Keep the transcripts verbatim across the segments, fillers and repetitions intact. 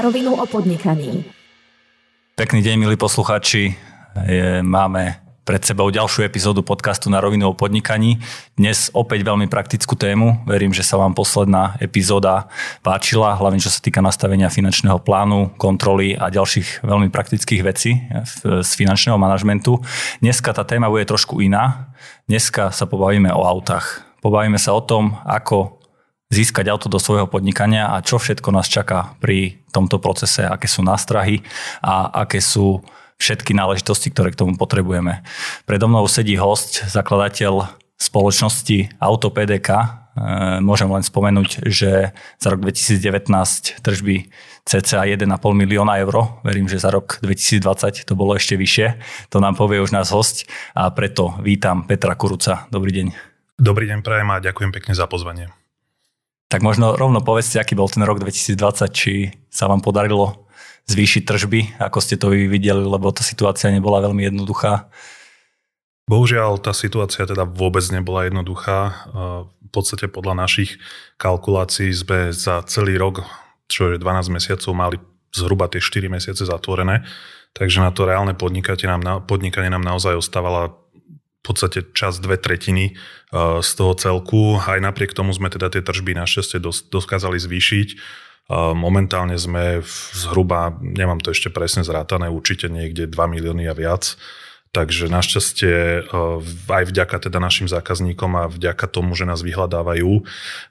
rovinu o podnikaní. Pekný deň, milí poslucháči. Je, máme pred sebou ďalšiu epizódu podcastu Na rovinu o podnikaní. Dnes opäť veľmi praktickú tému. Verím, že sa vám posledná epizóda páčila, hlavne čo sa týka nastavenia finančného plánu, kontroly a ďalších veľmi praktických vecí z finančného manažmentu. Dneska tá téma bude trošku iná. Dneska sa pobavíme o autách. Pobavíme sa o tom, ako získať auto do svojho podnikania a čo všetko nás čaká pri tomto procese, aké sú nástrahy a aké sú všetky náležitosti, ktoré k tomu potrebujeme. Predo mnou sedí hosť, zakladateľ spoločnosti Auto pé dé ká. Môžem len spomenúť, že za rok dvetisícdevätnásť tržby cca jeden a pol milióna eur. Verím, že za rok dvetisícdvadsať to bolo ešte vyššie. To nám povie už náš hosť a preto vítam Petra Kuruca. Dobrý deň. Dobrý deň prajem a ďakujem pekne za pozvanie. Tak možno rovno povedzte, aký bol ten rok dvetisícdvadsať, či sa vám podarilo zvýšiť tržby, ako ste to vy videli, lebo tá situácia nebola veľmi jednoduchá. Bohužiaľ, tá situácia teda vôbec nebola jednoduchá. V podstate podľa našich kalkulácií sme za celý rok, čo je dvanásť mesiacov, mali zhruba tie štyri mesiace zatvorené, takže na to reálne podnikanie nám, podnikanie nám naozaj ostávala v podstate čas dve tretiny z toho celku. Aj napriek tomu sme teda tie tržby našťastie dokázali zvýšiť. Momentálne sme zhruba, nemám to ešte presne zrátané, určite niekde dva milióny a viac. Takže našťastie aj vďaka teda našim zákazníkom a vďaka tomu, že nás vyhľadávajú,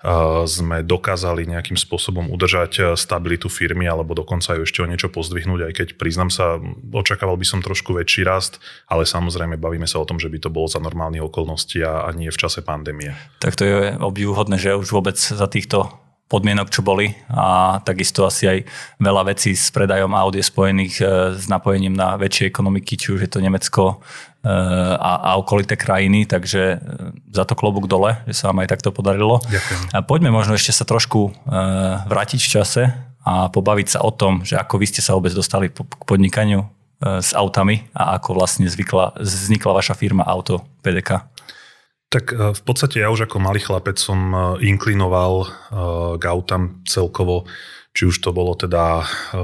sme dokázali nejakým spôsobom udržať stabilitu firmy alebo dokonca ju ešte o niečo pozdvihnúť, aj keď priznám sa, očakával by som trošku väčší rast, ale samozrejme bavíme sa o tom, že by to bolo za normálnych okolností a, a nie v čase pandémie. Tak to je obdivuhodné, že už vôbec za týchto podmienok, čo boli a takisto asi aj veľa vecí s predajom aut je spojených s napojením na väčšie ekonomiky, či už je to Nemecko a, a okolité krajiny, takže za to klobúk dole, že sa vám aj takto podarilo. Ďakujem. A poďme možno ešte sa trošku vrátiť v čase a pobaviť sa o tom, že ako vy ste sa vôbec dostali k podnikaniu s autami a ako vlastne zvykla, vznikla vaša firma Auto pé dé ká. Tak v podstate ja už ako malý chlapec som inklinoval k autám celkovo, či už to bolo teda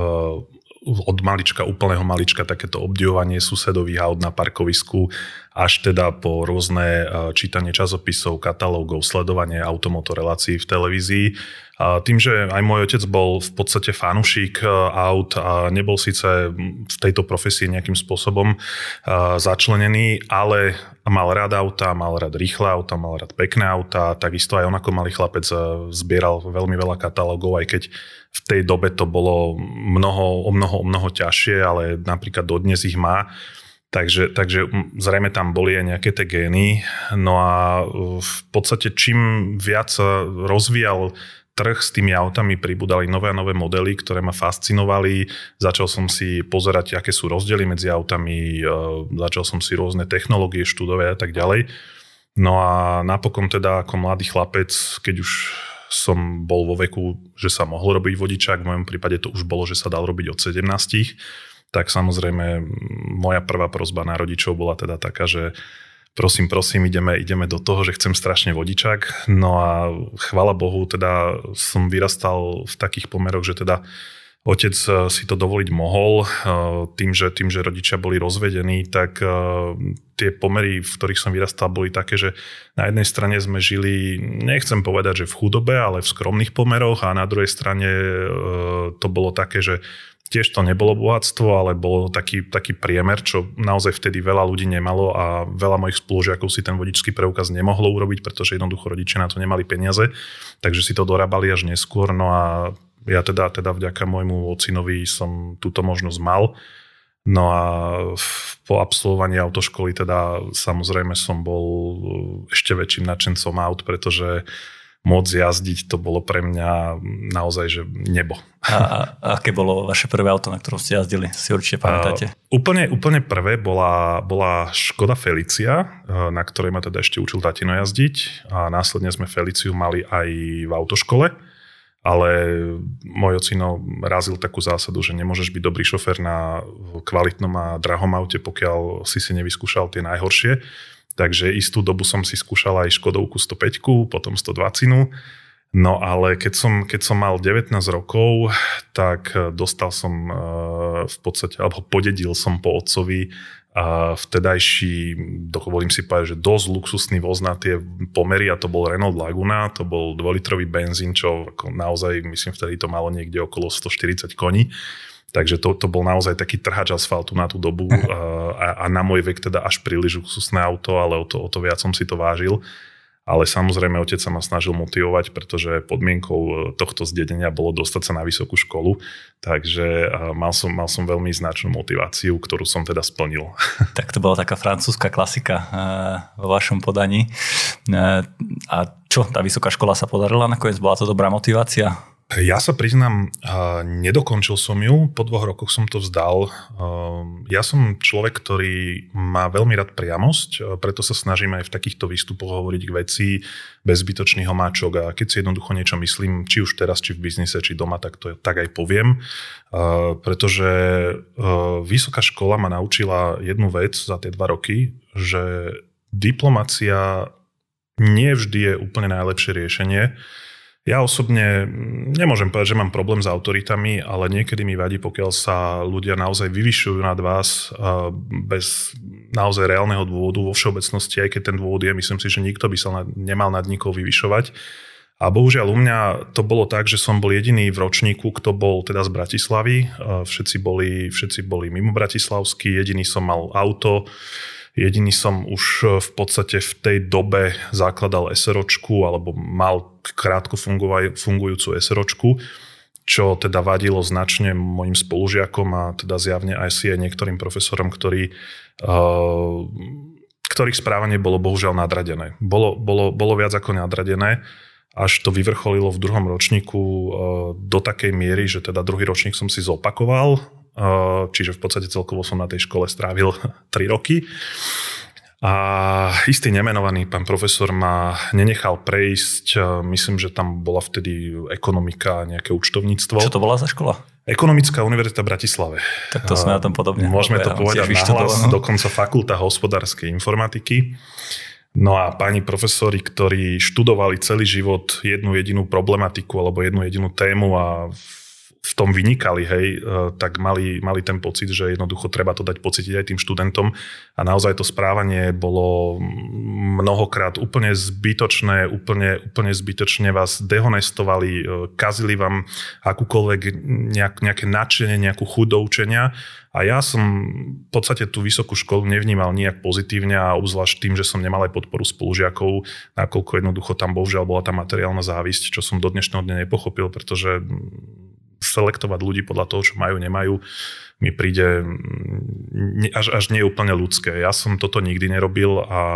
od malička, úplného malička takéto obdivovanie susedových aut na parkovisku, až teda po rôzne čítanie časopisov, katalógov, sledovanie automotorelácií v televízii. A tým, že aj môj otec bol v podstate fanúšik aut a nebol síce v tejto profesii nejakým spôsobom začlenený, ale mal rád auta, mal rád rýchle auta, mal rád pekné auta, takisto aj on ako malý chlapec zbieral veľmi veľa katalógov, aj keď v tej dobe to bolo mnoho, o mnoho, o mnoho ťažšie, ale napríklad dodnes ich má. Takže, takže zrejme tam boli aj nejaké tie gény. No a v podstate čím viac rozvíjal trh s tými autami, pribudali nové a nové modely, ktoré ma fascinovali. Začal som si pozerať, aké sú rozdiely medzi autami, začal som si rôzne technológie študovať a tak ďalej. No a napokon teda ako mladý chlapec, keď už som bol vo veku, že sa mohol robiť vodičák, v mojom prípade to už bolo, že sa dal robiť od sedemnástich, tak samozrejme moja prvá prosba na rodičov bola teda taká, že prosím, prosím, ideme, ideme do toho, že chcem strašne vodičák. No a chvála Bohu, teda som vyrastal v takých pomeroch, že teda otec si to dovoliť mohol. Tým, že, tým, že rodičia boli rozvedení, tak tie pomery, v ktorých som vyrastal, boli také, že na jednej strane sme žili, nechcem povedať, že v chudobe, ale v skromných pomeroch a na druhej strane to bolo také, že tiež to nebolo bohatstvo, ale bolo taký, taký priemer, čo naozaj vtedy veľa ľudí nemalo a veľa mojich spolužiakov si ten vodičský preukaz nemohlo urobiť, pretože jednoducho rodičia na to nemali peniaze, takže si to dorábali až neskôr. No a ja teda, teda vďaka môjmu ocinovi som túto možnosť mal. No a po absolvovaní autoškoly teda samozrejme som bol ešte väčším nadšencom aut, pretože môcť jazdiť, to bolo pre mňa naozaj, že nebo. A, a aké bolo vaše prvé auto, na ktorom ste jazdili? Si určite pamätáte? Uh, úplne, úplne prvé bola, bola Škoda Felicia, na ktorej ma teda ešte učil tatino jazdiť a následne sme Feliciu mali aj v autoškole, ale môj ocino razil takú zásadu, že nemôžeš byť dobrý šofér na kvalitnom a drahom aute, pokiaľ si si nevyskúšal tie najhoršie. Takže istú dobu som si skúšal aj Škodovku sto päť, potom sto dvadsať. No ale keď som, keď som mal devätnásť rokov, tak dostal som v podstate, alebo podedil som po otcovi vtedajší, dovolím si povedať, že dosť luxusný voz na tie pomery a to bol Renault Laguna, to bol dvojlitrový benzín, čo naozaj, myslím, vtedy to malo niekde okolo stoštyridsať koní. Takže to, to bol naozaj taký trhač asfaltu na tú dobu a, a na môj vek teda až príliš luxusné auto, ale o to, o to viac som si to vážil. Ale samozrejme otec sa ma snažil motivovať, pretože podmienkou tohto zdedenia bolo dostať sa na vysokú školu, takže mal som, mal som veľmi značnú motiváciu, ktorú som teda splnil. Tak to bola taká francúzska klasika vo vašom podaní. A čo, tá vysoká škola sa podarila nakoniec? Bola to dobrá motivácia? Ja sa priznám, nedokončil som ju, po dvoch rokoch som to vzdal. Ja som človek, ktorý má veľmi rád priamosť, preto sa snažím aj v takýchto výstupoch hovoriť k veci bez zbytočných homáčok a keď si jednoducho niečo myslím, či už teraz, či v biznise, či doma, tak to tak aj poviem. Pretože vysoká škola ma naučila jednu vec za tie dva roky, že diplomacia nie vždy je úplne najlepšie riešenie. Ja osobne nemôžem povedať, že mám problém s autoritami, ale niekedy mi vadí, pokiaľ sa ľudia naozaj vyvyšujú nad vás bez naozaj reálneho dôvodu vo všeobecnosti, aj keď ten dôvod je, myslím si, že nikto by sa nemal nad nikoho vyvyšovať. A bohužiaľ u mňa to bolo tak, že som bol jediný v ročníku, kto bol teda z Bratislavy. Všetci boli, všetci boli mimo bratislavskí, jediný som mal auto. Jediný som už v podstate v tej dobe zakladal SROčku alebo mal krátko fungujúcu SROčku, čo teda vadilo značne mojim spolužiakom a teda zjavne aj si aj niektorým profesorom, ktorí, uh, ktorých správanie bolo bohužiaľ nadradené. Bolo, bolo, bolo viac ako nadradené, až to vyvrcholilo v druhom ročníku uh, do takej miery, že teda druhý ročník som si zopakoval, čiže v podstate celkovo som na tej škole strávil tri roky. A istý nemenovaný pán profesor ma nenechal prejsť, myslím, že tam bola vtedy ekonomika a nejaké účtovníctvo. Čo to bola za škola? Ekonomická univerzita v Bratislave. Tak to sme na tom podobne. Môžeme to povedať nahlas, dokonca fakulta hospodárskej informatiky. No a páni profesori, ktorí študovali celý život jednu jedinú problematiku alebo jednu jedinú tému a v tom vynikali, hej, tak mali, mali ten pocit, že jednoducho treba to dať pocítiť aj tým študentom a naozaj to správanie bolo mnohokrát úplne zbytočné, úplne, úplne zbytočne vás dehonestovali, kazili vám akúkoľvek nejak, nejaké nadšenie, nejakú chuť do učenia a ja som v podstate tú vysokú školu nevnímal nijak pozitívne a obzvlášť tým, že som nemal aj podporu spolužiakov, nakoľko jednoducho tam bohužiaľ bola tá materiálna závisť, čo som do dnešného dňa nepochopil, pretože selektovať ľudí podľa toho, čo majú, nemajú, mi príde až, až nie úplne ľudské. Ja som toto nikdy nerobil a, a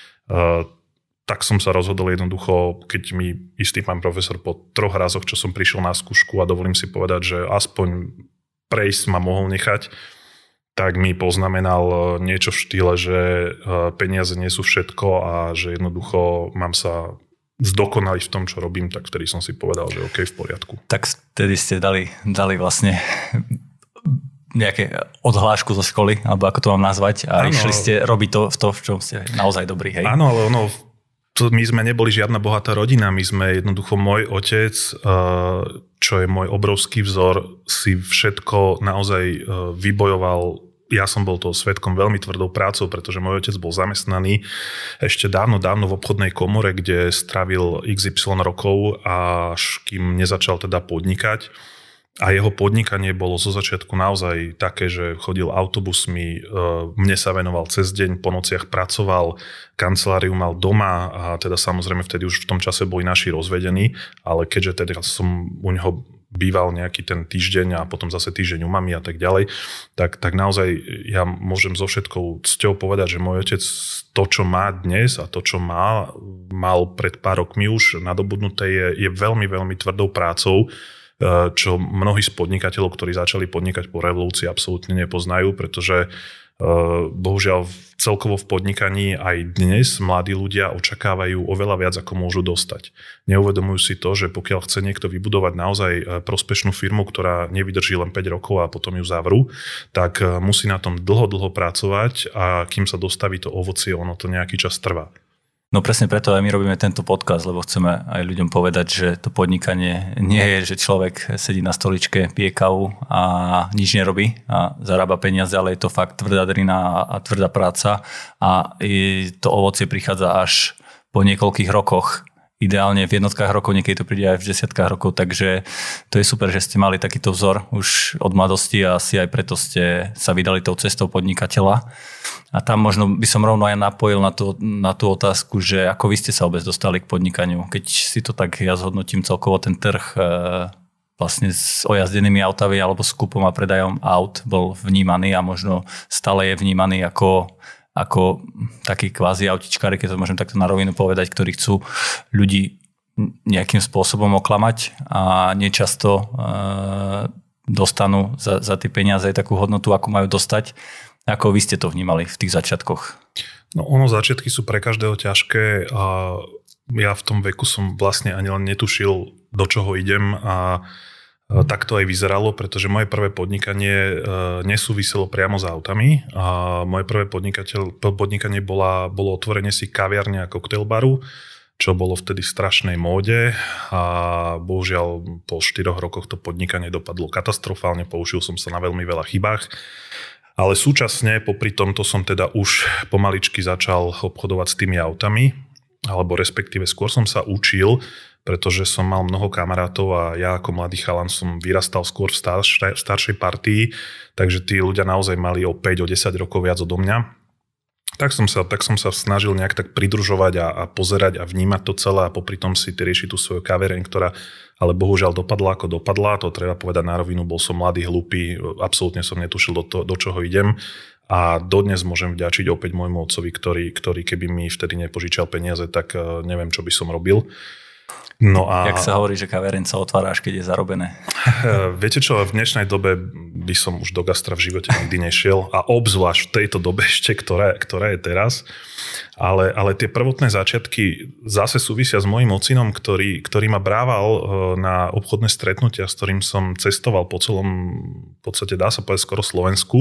tak som sa rozhodol jednoducho, keď mi istý pán profesor po troch razoch, čo som prišiel na skúšku a dovolím si povedať, že aspoň prejsť ma mohol nechať, tak mi poznamenal niečo v štýle, že peniaze nie sú všetko a že jednoducho mám sa zdokonali v tom, čo robím, tak vtedy som si povedal, že OK, v poriadku. Tak vtedy ste dali, dali vlastne nejaké odhlášku zo školy, alebo ako to mám nazvať, a ano, išli ste robiť to, v to, v čom ste naozaj dobrí, hej? Áno, ale ono, to, my sme neboli žiadna bohatá rodina, my sme jednoducho môj otec, čo je môj obrovský vzor, si všetko naozaj vybojoval. Ja som bol toho svedkom veľmi tvrdou prácou, pretože môj otec bol zamestnaný ešte dávno, dávno v obchodnej komore, kde strávil iks ypsilon rokov, až kým nezačal teda podnikať. A jeho podnikanie bolo zo začiatku naozaj také, že chodil autobusmi, mne sa venoval cez deň, po nociach pracoval, kanceláriu mal doma a teda samozrejme vtedy už v tom čase boli naši rozvedení, ale keďže teda som u neho býval nejaký ten týždeň a potom zase týždeň u mami a tak ďalej, tak, tak naozaj ja môžem so všetkou cťou povedať, že môj otec to, čo má dnes a to, čo má, mal pred pár rokmi už nadobudnuté, je, je veľmi, veľmi tvrdou prácou, čo mnohí z podnikateľov, ktorí začali podnikať po revolúcii, absolútne nepoznajú, pretože bohužiaľ celkovo v podnikaní aj dnes mladí ľudia očakávajú oveľa viac, ako môžu dostať. Neuvedomujú si to, že pokiaľ chce niekto vybudovať naozaj prospešnú firmu, ktorá nevydrží len päť rokov a potom ju zavrú, tak musí na tom dlho, dlho pracovať a kým sa dostaví to ovocie, ono to nejaký čas trvá. No presne preto aj my robíme tento podcast, lebo chceme aj ľuďom povedať, že to podnikanie nie je, že človek sedí na stoličke, pije kávu a nič nerobí a zarába peniaze, ale je to fakt tvrdá drina a tvrdá práca a to ovocie prichádza až po niekoľkých rokoch. Ideálne v jednotkách rokov, niekedy to príde aj v desiatkách rokov, takže to je super, že ste mali takýto vzor už od mladosti a asi aj preto ste sa vydali tou cestou podnikateľa. A tam možno by som rovno aj napojil na, to, na tú otázku, že ako vy ste sa vôbec dostali k podnikaniu. Keď si to tak ja zhodnotím celkovo ten trh e, vlastne s ojazdenými autami alebo s kúpom a predajom aut bol vnímaný a možno stále je vnímaný ako ako takí kvázi autičkári, keď to môžem takto na rovinu povedať, ktorí chcú ľudí nejakým spôsobom oklamať a nečasto e, dostanú za, za tie peniaze aj takú hodnotu, ako majú dostať. Ako vy ste to vnímali v tých začiatkoch? No ono, začiatky sú pre každého ťažké a ja v tom veku som vlastne ani len netušil, do čoho idem a tak to aj vyzeralo, pretože moje prvé podnikanie nesúviselo priamo s autami. A moje prvé podnikanie bola, bolo otvorenie si kaviarne a koktejlbaru, čo bolo vtedy v strašnej móde a bohužiaľ po štyroch rokoch to podnikanie dopadlo katastrofálne, použil som sa na veľmi veľa chybách. Ale súčasne popri tomto som teda už pomaličky začal obchodovať s tými autami, alebo respektíve skôr som sa učil, pretože som mal mnoho kamarátov a ja ako mladý chalan som vyrastal skôr v staršej, staršej partii, takže tí ľudia naozaj mali o päť, o desať rokov viac odo mňa. Tak som sa, tak som sa snažil nejak tak pridružovať a, a pozerať a vnímať to celé a popri tom si riešiť tú svoju kaviareň, ktorá ale bohužiaľ dopadla ako dopadla, to treba povedať na rovinu, bol som mladý, hlúpy, absolútne som netušil do, to, do čoho idem. A dodnes môžem vďačiť opäť môjmu otcovi, ktorý, ktorý keby mi vtedy nepožičal peniaze, tak neviem, čo by som robil. No a... Jak sa hovorí, že kaviareň sa otvára, až keď je zarobené. Viete čo, v dnešnej dobe by som už do gastra v živote nikdy nešiel a obzvlášť v tejto dobe ešte, ktorá, ktorá je teraz. Ale, ale tie prvotné začiatky zase súvisia s mojím ocinom, ktorý, ktorý ma brával na obchodné stretnutia, s ktorým som cestoval po celom, v podstate dá sa povedať skoro Slovensku.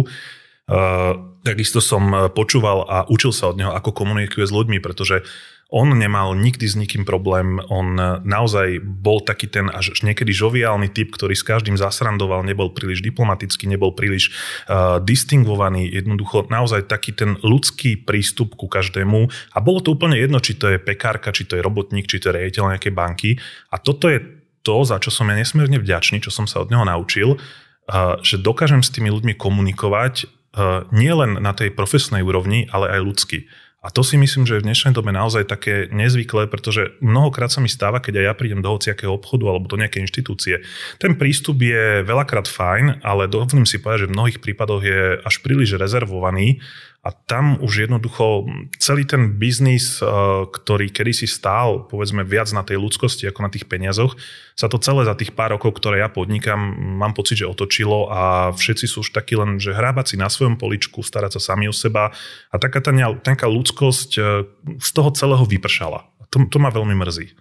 Uh, takisto som počúval a učil sa od neho, ako komunikuje s ľuďmi, pretože on nemal nikdy s nikým problém, on naozaj bol taký ten až niekedy žoviálny typ, ktorý s každým zasrandoval, nebol príliš diplomatický, nebol príliš uh, distingovaný, jednoducho naozaj taký ten ľudský prístup ku každému a bolo to úplne jedno, či to je pekárka, či to je robotník, či to je riaditeľ nejakej banky a toto je to, za čo som ja nesmierne vďačný, čo som sa od neho naučil, uh, že dokážem s tými ľuďmi komunikovať uh, nie len na tej profesnej úrovni, ale aj ľudsky. A to si myslím, že je v dnešnej dobe naozaj také nezvyklé, pretože mnohokrát sa mi stáva, keď aj ja prídem do hociakého obchodu alebo do nejakej inštitúcie. Ten prístup je veľakrát fajn, ale dovolím si povedať, že v mnohých prípadoch je až príliš rezervovaný a tam už jednoducho celý ten biznis, ktorý kedysi stál, povedzme, viac na tej ľudskosti ako na tých peniazoch, sa to celé za tých pár rokov, ktoré ja podnikam, mám pocit, že otočilo a všetci sú už takí len, že hrábať si na svojom poličku, starať sa sami o seba a taká tá nejaká ľudskosť z toho celého vypršala. To, to ma veľmi mrzí.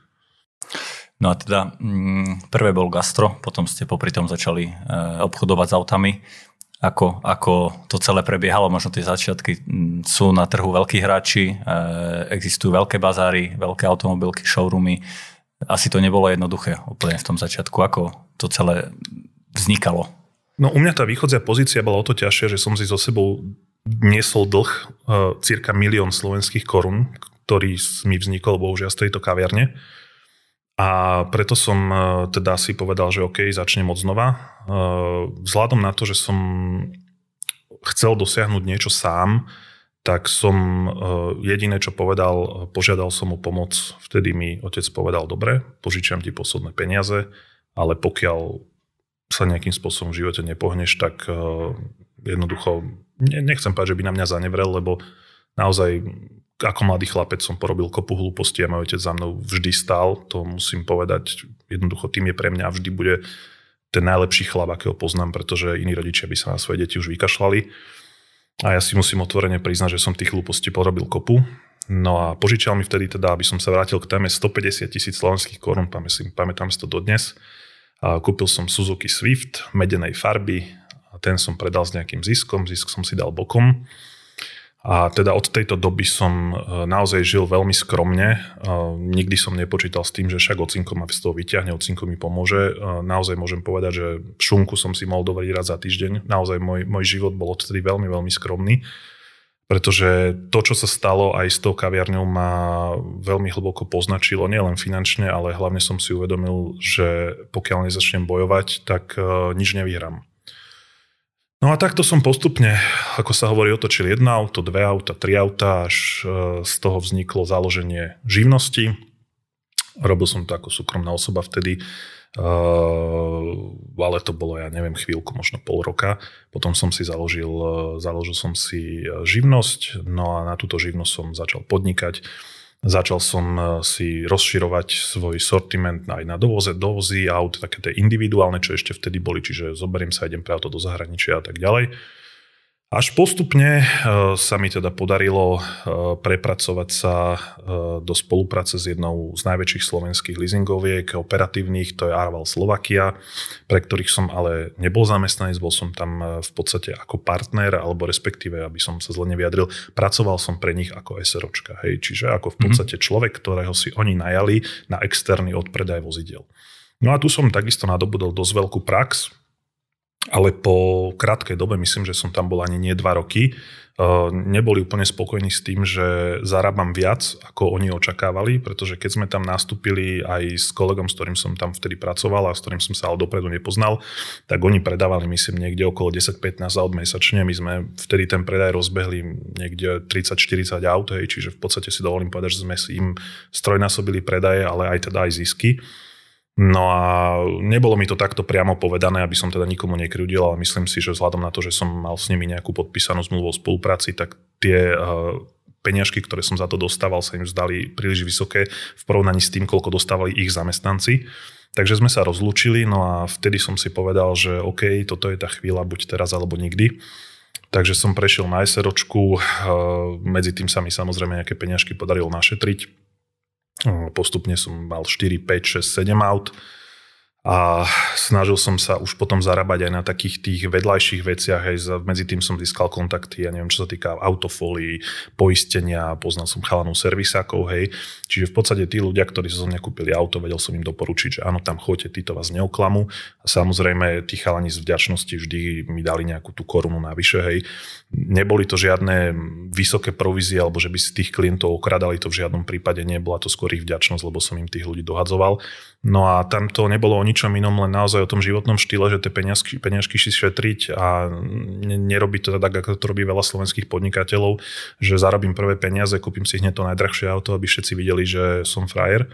No a teda prvé bol gastro, potom ste popri tom začali obchodovať s autami. Ako, ako to celé prebiehalo, možno tie začiatky sú na trhu veľkí hráči, existujú veľké bazáry, veľké automobilky, showroomy. Asi to nebolo jednoduché úplne v tom začiatku. Ako to celé vznikalo? No u mňa tá východzia pozícia bola o to ťažšia, že som si so sebou niesol dlh cirka milión slovenských korún, ktorý mi vznikol bohužiaľ z tejto kaviarne. A preto som teda si povedal, že OK, začnem od znova. Vzhľadom na to, že som chcel dosiahnuť niečo sám, tak som jediné, čo povedal, požiadal som o pomoc. Vtedy mi otec povedal, dobre, požičiam ti posledné peniaze, ale pokiaľ sa nejakým spôsobom v živote nepohneš, tak jednoducho, nechcem povedať, že by na mňa zanevrel, lebo naozaj ako mladý chlapec som porobil kopu hlúpostí a môj otec za mnou vždy stál. To musím povedať, jednoducho tým je pre mňa vždy bude ten najlepší chlap, akého poznám, pretože iní rodičia by sa na svoje deti už vykašľali. A ja si musím otvorene priznať, že som tých hlúpostí porobil kopu. No a požičal mi vtedy teda, aby som sa vrátil k téme stopäťdesiat tisíc slovenských korún, pamätám, pamätám si to dodnes. A kúpil som Suzuki Swift medenej farby a ten som predal s nejakým ziskom, zisk som si dal bokom. A teda od tejto doby som naozaj žil veľmi skromne. Nikdy som nepočítal s tým, že však ocinko ma z toho vyťahne, ocinko mi pomôže. Naozaj môžem povedať, že šunku som si mohol dovoliť raz za týždeň. Naozaj môj, môj život bol odtedy veľmi, veľmi skromný. Pretože to, čo sa stalo aj s tou kaviarňou, ma veľmi hlboko poznačilo, nielen finančne, ale hlavne som si uvedomil, že pokiaľ nezačnem bojovať, tak nič nevyhrám. No a takto som postupne, ako sa hovorí, otočil jedno auto, dve auta, tri auta, až z toho vzniklo založenie živnosti. Robil som to ako súkromná osoba vtedy, ale to bolo, ja neviem, chvíľku, možno pol roka. Potom som si založil, založil som si živnosť, no a na túto živnosť som začal podnikať. Začal som si rozširovať svoj sortiment aj na dovoze, dovozy aut, také tie individuálne, čo ešte vtedy boli, čiže zoberiem sa, idem pre auto do zahraničia a tak ďalej. Až postupne sa mi teda podarilo prepracovať sa do spolupráce s jednou z najväčších slovenských leasingoviek operatívnych, to je Arval Slovakia, pre ktorých som ale nebol zamestnanec, bol som tam v podstate ako partner, alebo respektíve, aby som sa zle nevyjadril, pracoval som pre nich ako SROčka, hej, čiže ako v podstate človek, ktorého si oni najali na externý odpredaj vozidiel. No a tu som takisto nadobudol dosť veľkú prax, ale po krátkej dobe, myslím, že som tam bol ani nie dva roky, neboli úplne spokojní s tým, že zarábam viac, ako oni očakávali, pretože keď sme tam nastúpili aj s kolegom, s ktorým som tam vtedy pracoval a s ktorým som sa ale dopredu nepoznal, tak oni predávali, myslím, niekde okolo desať pätnásť aut mesačne. My sme vtedy ten predaj rozbehli niekde tridsať štyridsať aut, hej, čiže v podstate si dovolím povedať, že sme si im strojnásobili predaje, ale aj teda aj zisky. No a nebolo mi to takto priamo povedané, aby som teda nikomu nekryudil, ale myslím si, že vzhľadom na to, že som mal s nimi nejakú podpísanú zmluvu o spolupráci, tak tie uh, peniažky, ktoré som za to dostával, sa im zdali príliš vysoké v porovnaní s tým, koľko dostávali ich zamestnanci. Takže sme sa rozlúčili, no a vtedy som si povedal, že OK, toto je tá chvíľa, buď teraz alebo nikdy. Takže som prešiel na SROčku, uh, medzi tým sa mi samozrejme nejaké peniažky podarilo našetriť. Postupne som mal štyri, päť, šesť, sedem aut a snažil som sa už potom zarábať aj na takých tých vedľajších veciach. Aj medzi tým som získal kontakty, ja neviem, čo sa týka autofólií, poistenia, poznal som chalanov servisákov, hej. Čiže v podstate tí ľudia, ktorí so mňa kúpili auto, vedel som im doporučiť, že áno, tam choďte, títo vás neoklamú. A samozrejme, tí chalani z vďačnosti vždy mi dali nejakú tú korunu navyše, hej. Neboli to žiadne vysoké provízie, alebo že by si tých klientov okradali, to v žiadnom prípade nie, bola to skôr ich vďačnosť, lebo som im tých ľudí dohadzoval. No a tam to nebolo o ničom inom, len naozaj o tom životnom štýle, že tie peniažky, peniažky si šetriť a nerobiť to tak, ako to robí veľa slovenských podnikateľov, že zarobím prvé peniaze, kúpim si hneď to najdrahšie auto, aby všetci videli, že som frajer.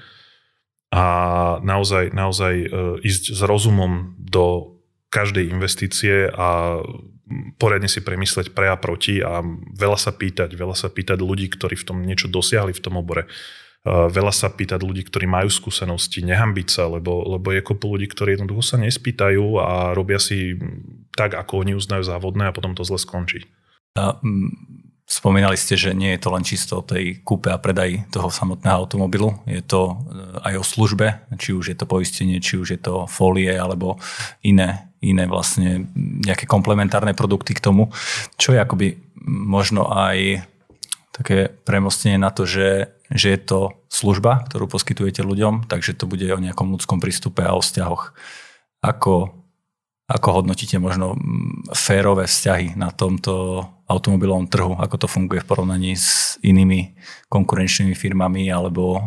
A naozaj, naozaj ísť s rozumom do každej investície a poriadne si premysleť pre a proti a veľa sa pýtať, veľa sa pýtať ľudí, ktorí v tom niečo dosiahli v tom obore. Veľa sa pýtať ľudí, ktorí majú skúsenosti, nehanbiť sa, lebo, lebo je kopu ľudí, ktorí jednoducho sa nespýtajú a robia si tak, ako oni uznajú závodné a potom to zle skončí. A, m, spomínali ste, že nie je to len čisto o tej kúpe a predaji toho samotného automobilu. Je to aj o službe, či už je to poistenie, či už je to fólie alebo iné, iné vlastne nejaké komplementárne produkty k tomu. Čo je akoby možno aj také premostenie na to, že že je to služba, ktorú poskytujete ľuďom, takže to bude o nejakom ľudskom prístupe a o vzťahoch. Ako, ako hodnotíte možno férové vzťahy na tomto automobilovom trhu? Ako to funguje v porovnaní s inými konkurenčnými firmami alebo e,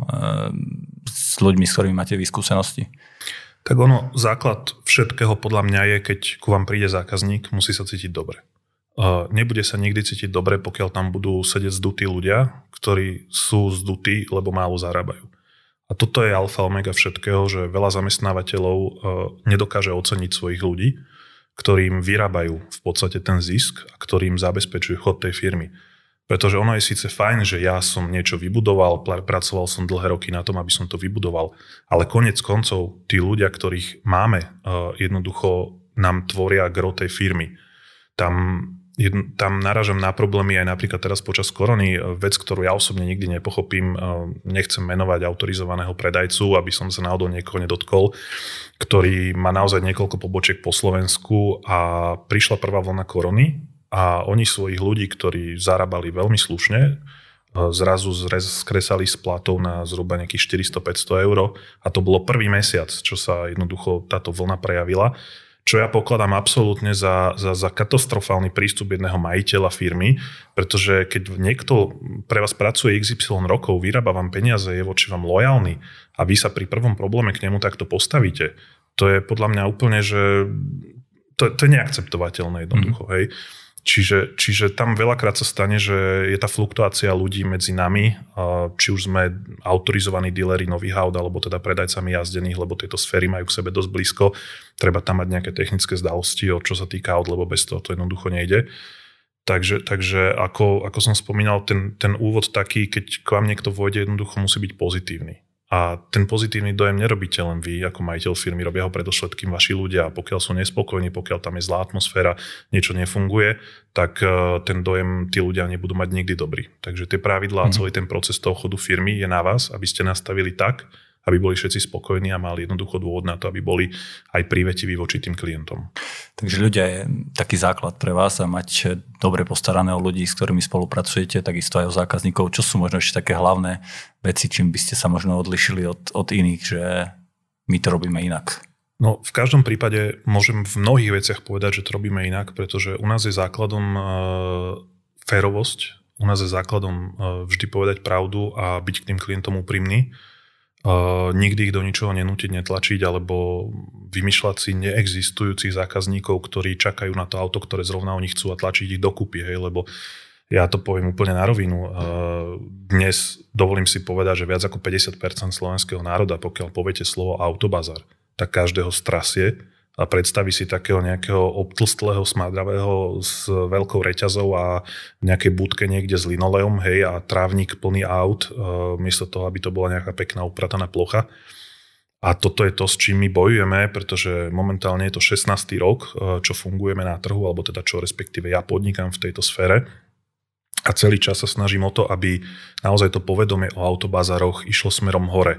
s ľuďmi, s ktorými máte vy skúsenosti? Tak ono, základ všetkého podľa mňa je, keď ku vám príde zákazník, musí sa cítiť dobre. Uh, nebude sa nikdy cítiť dobre, pokiaľ tam budú sedieť zdutí ľudia, ktorí sú zdutí, lebo málo zarábajú. A toto je alfa omega všetkého, že veľa zamestnávateľov uh, nedokáže oceniť svojich ľudí, ktorým vyrábajú v podstate ten zisk a ktorým zabezpečujú chod tej firmy. Pretože ono je síce fajn, že ja som niečo vybudoval, pracoval som dlhé roky na tom, aby som to vybudoval, ale konec koncov tí ľudia, ktorých máme, uh, jednoducho nám tvoria gro tej firmy. Tam Jedn, tam narážam na problémy aj napríklad teraz počas korony. Vec, ktorú ja osobne nikdy nepochopím, nechcem menovať autorizovaného predajcu, aby som sa náhodou niekoho nedotkol, ktorý má naozaj niekoľko pobočiek po Slovensku a prišla prvá vlna korony a oni svojich ľudí, ktorí zarábali veľmi slušne, zrazu skresali z platov na zhruba nejakých štyristo päťsto eur a to bolo prvý mesiac, čo sa jednoducho táto vlna prejavila, čo ja pokladám absolútne za, za, za katastrofálny prístup jedného majiteľa firmy, pretože keď niekto pre vás pracuje iks ypsilon rokov, vyrába vám peniaze, je voči vám lojálny a vy sa pri prvom probléme k nemu takto postavíte, to je podľa mňa úplne, že to, to je neakceptovateľné jednoducho, mm. hej. Čiže, čiže tam veľakrát sa stane, že je tá fluktuácia ľudí medzi nami, či už sme autorizovaní díleri nových aut, alebo teda predajcami jazdených, lebo tieto sféry majú k sebe dosť blízko. Treba tam mať nejaké technické znalosti, čo sa týka aut, lebo bez toho to jednoducho nejde. Takže, takže ako, ako som spomínal, ten, ten úvod taký, keď k vám niekto vôjde, jednoducho musí byť pozitívny. A ten pozitívny dojem nerobíte len vy ako majiteľ firmy, robia ho predovšetkým vaši ľudia. A pokiaľ sú nespokojní, pokiaľ tam je zlá atmosféra, niečo nefunguje, tak ten dojem tí ľudia nebudú mať nikdy dobrý. Takže tie pravidlá a celý ten proces toho chodu firmy je na vás, aby ste nastavili tak, aby boli všetci spokojní a mali jednoducho dôvod na to, aby boli aj prívetiví voči tým klientom. Takže ľudia je taký základ pre vás a mať dobre postarané o ľudí, s ktorými spolupracujete, takisto aj o zákazníkov. Čo sú možno ešte také hlavné veci, čím by ste sa možno odlišili od, od iných, že my to robíme inak? No, v každom prípade môžem v mnohých veciach povedať, že to robíme inak, pretože u nás je základom e, férovosť, u nás je základom e, vždy povedať pravdu a byť k tým klientom úprimný. Uh, nikdy ich do ničoho nenútiť, netlačiť alebo vymýšľať si neexistujúcich zákazníkov, ktorí čakajú na to auto, ktoré zrovna oni chcú a tlačiť ich dokupy, hej, lebo ja to poviem úplne na rovinu. Uh, dnes dovolím si povedať, že viac ako päťdesiat percent slovenského národa, pokiaľ poviete slovo autobazar, tak každého strasie a predstaví si takého nejakého obtlstlého, smádravého s veľkou reťazou a v nejakej budke niekde s linoleum, hej, a trávnik plný aut, uh, miesto toho, aby to bola nejaká pekná uprataná plocha. A toto je to, s čím my bojujeme, pretože momentálne je to šestnásty rok, uh, čo fungujeme na trhu, alebo teda čo respektíve ja podnikám v tejto sfére. A celý čas sa snažím o to, aby naozaj to povedomie o autobazároch išlo smerom hore.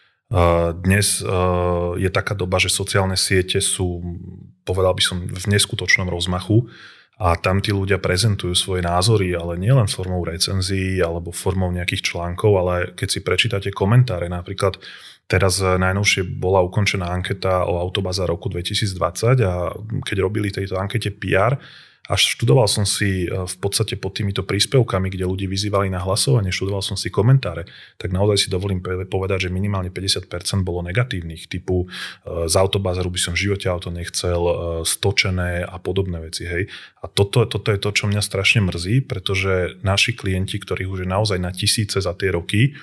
Dnes je taká doba, že sociálne siete sú, povedal by som, v neskutočnom rozmachu a tam tí ľudia prezentujú svoje názory, ale nielen formou recenzií alebo formou nejakých článkov, ale keď si prečítate komentáre, napríklad teraz najnovšie bola ukončená anketa o Autobazár roku dvetisícdvadsať a keď robili tejto ankete pé er, až študoval som si v podstate pod týmito príspevkami, kde ľudí vyzývali na hlasovanie, študoval som si komentáre, tak naozaj si dovolím povedať, že minimálne päťdesiat percent bolo negatívnych, typu z Autobazáru by som v živote auto nechcel, stočené a podobné veci. Hej. A toto, toto je to, čo mňa strašne mrzí, pretože naši klienti, ktorých už je naozaj na tisíce za tie roky,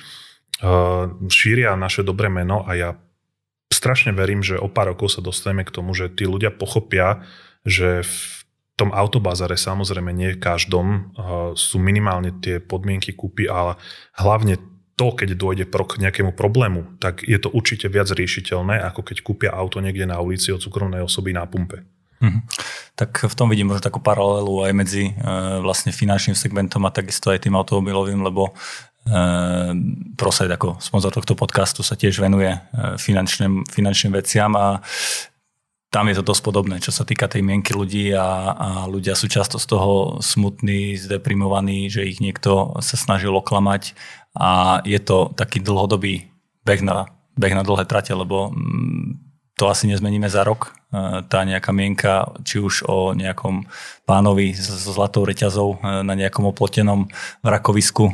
šíria naše dobré meno a ja strašne verím, že o pár rokov sa dostaneme k tomu, že tí ľudia pochopia, že v V tom autobazare samozrejme nie v každom sú minimálne tie podmienky kúpy, ale hlavne to, keď dôjde k nejakému problému, tak je to určite viac riešiteľné, ako keď kúpia auto niekde na ulici od súkromnej osoby na pumpe. Mhm. Tak v tom vidím možno takú paralelu aj medzi e, vlastne finančným segmentom a takisto aj tým automobilovým, lebo e, Proside ako sponzor tohto podcastu sa tiež venuje e, finančným, finančným veciam a tam je to dosť podobné, čo sa týka tej mienky ľudí a, a ľudia sú často z toho smutní, zdeprimovaní, že ich niekto sa snažil oklamať a je to taký dlhodobý beh na, beh na dlhé trate, lebo to asi nezmeníme za rok. Tá nejaká mienka, či už o nejakom pánovi so zlatou reťazou na nejakom oplotenom vrakovisku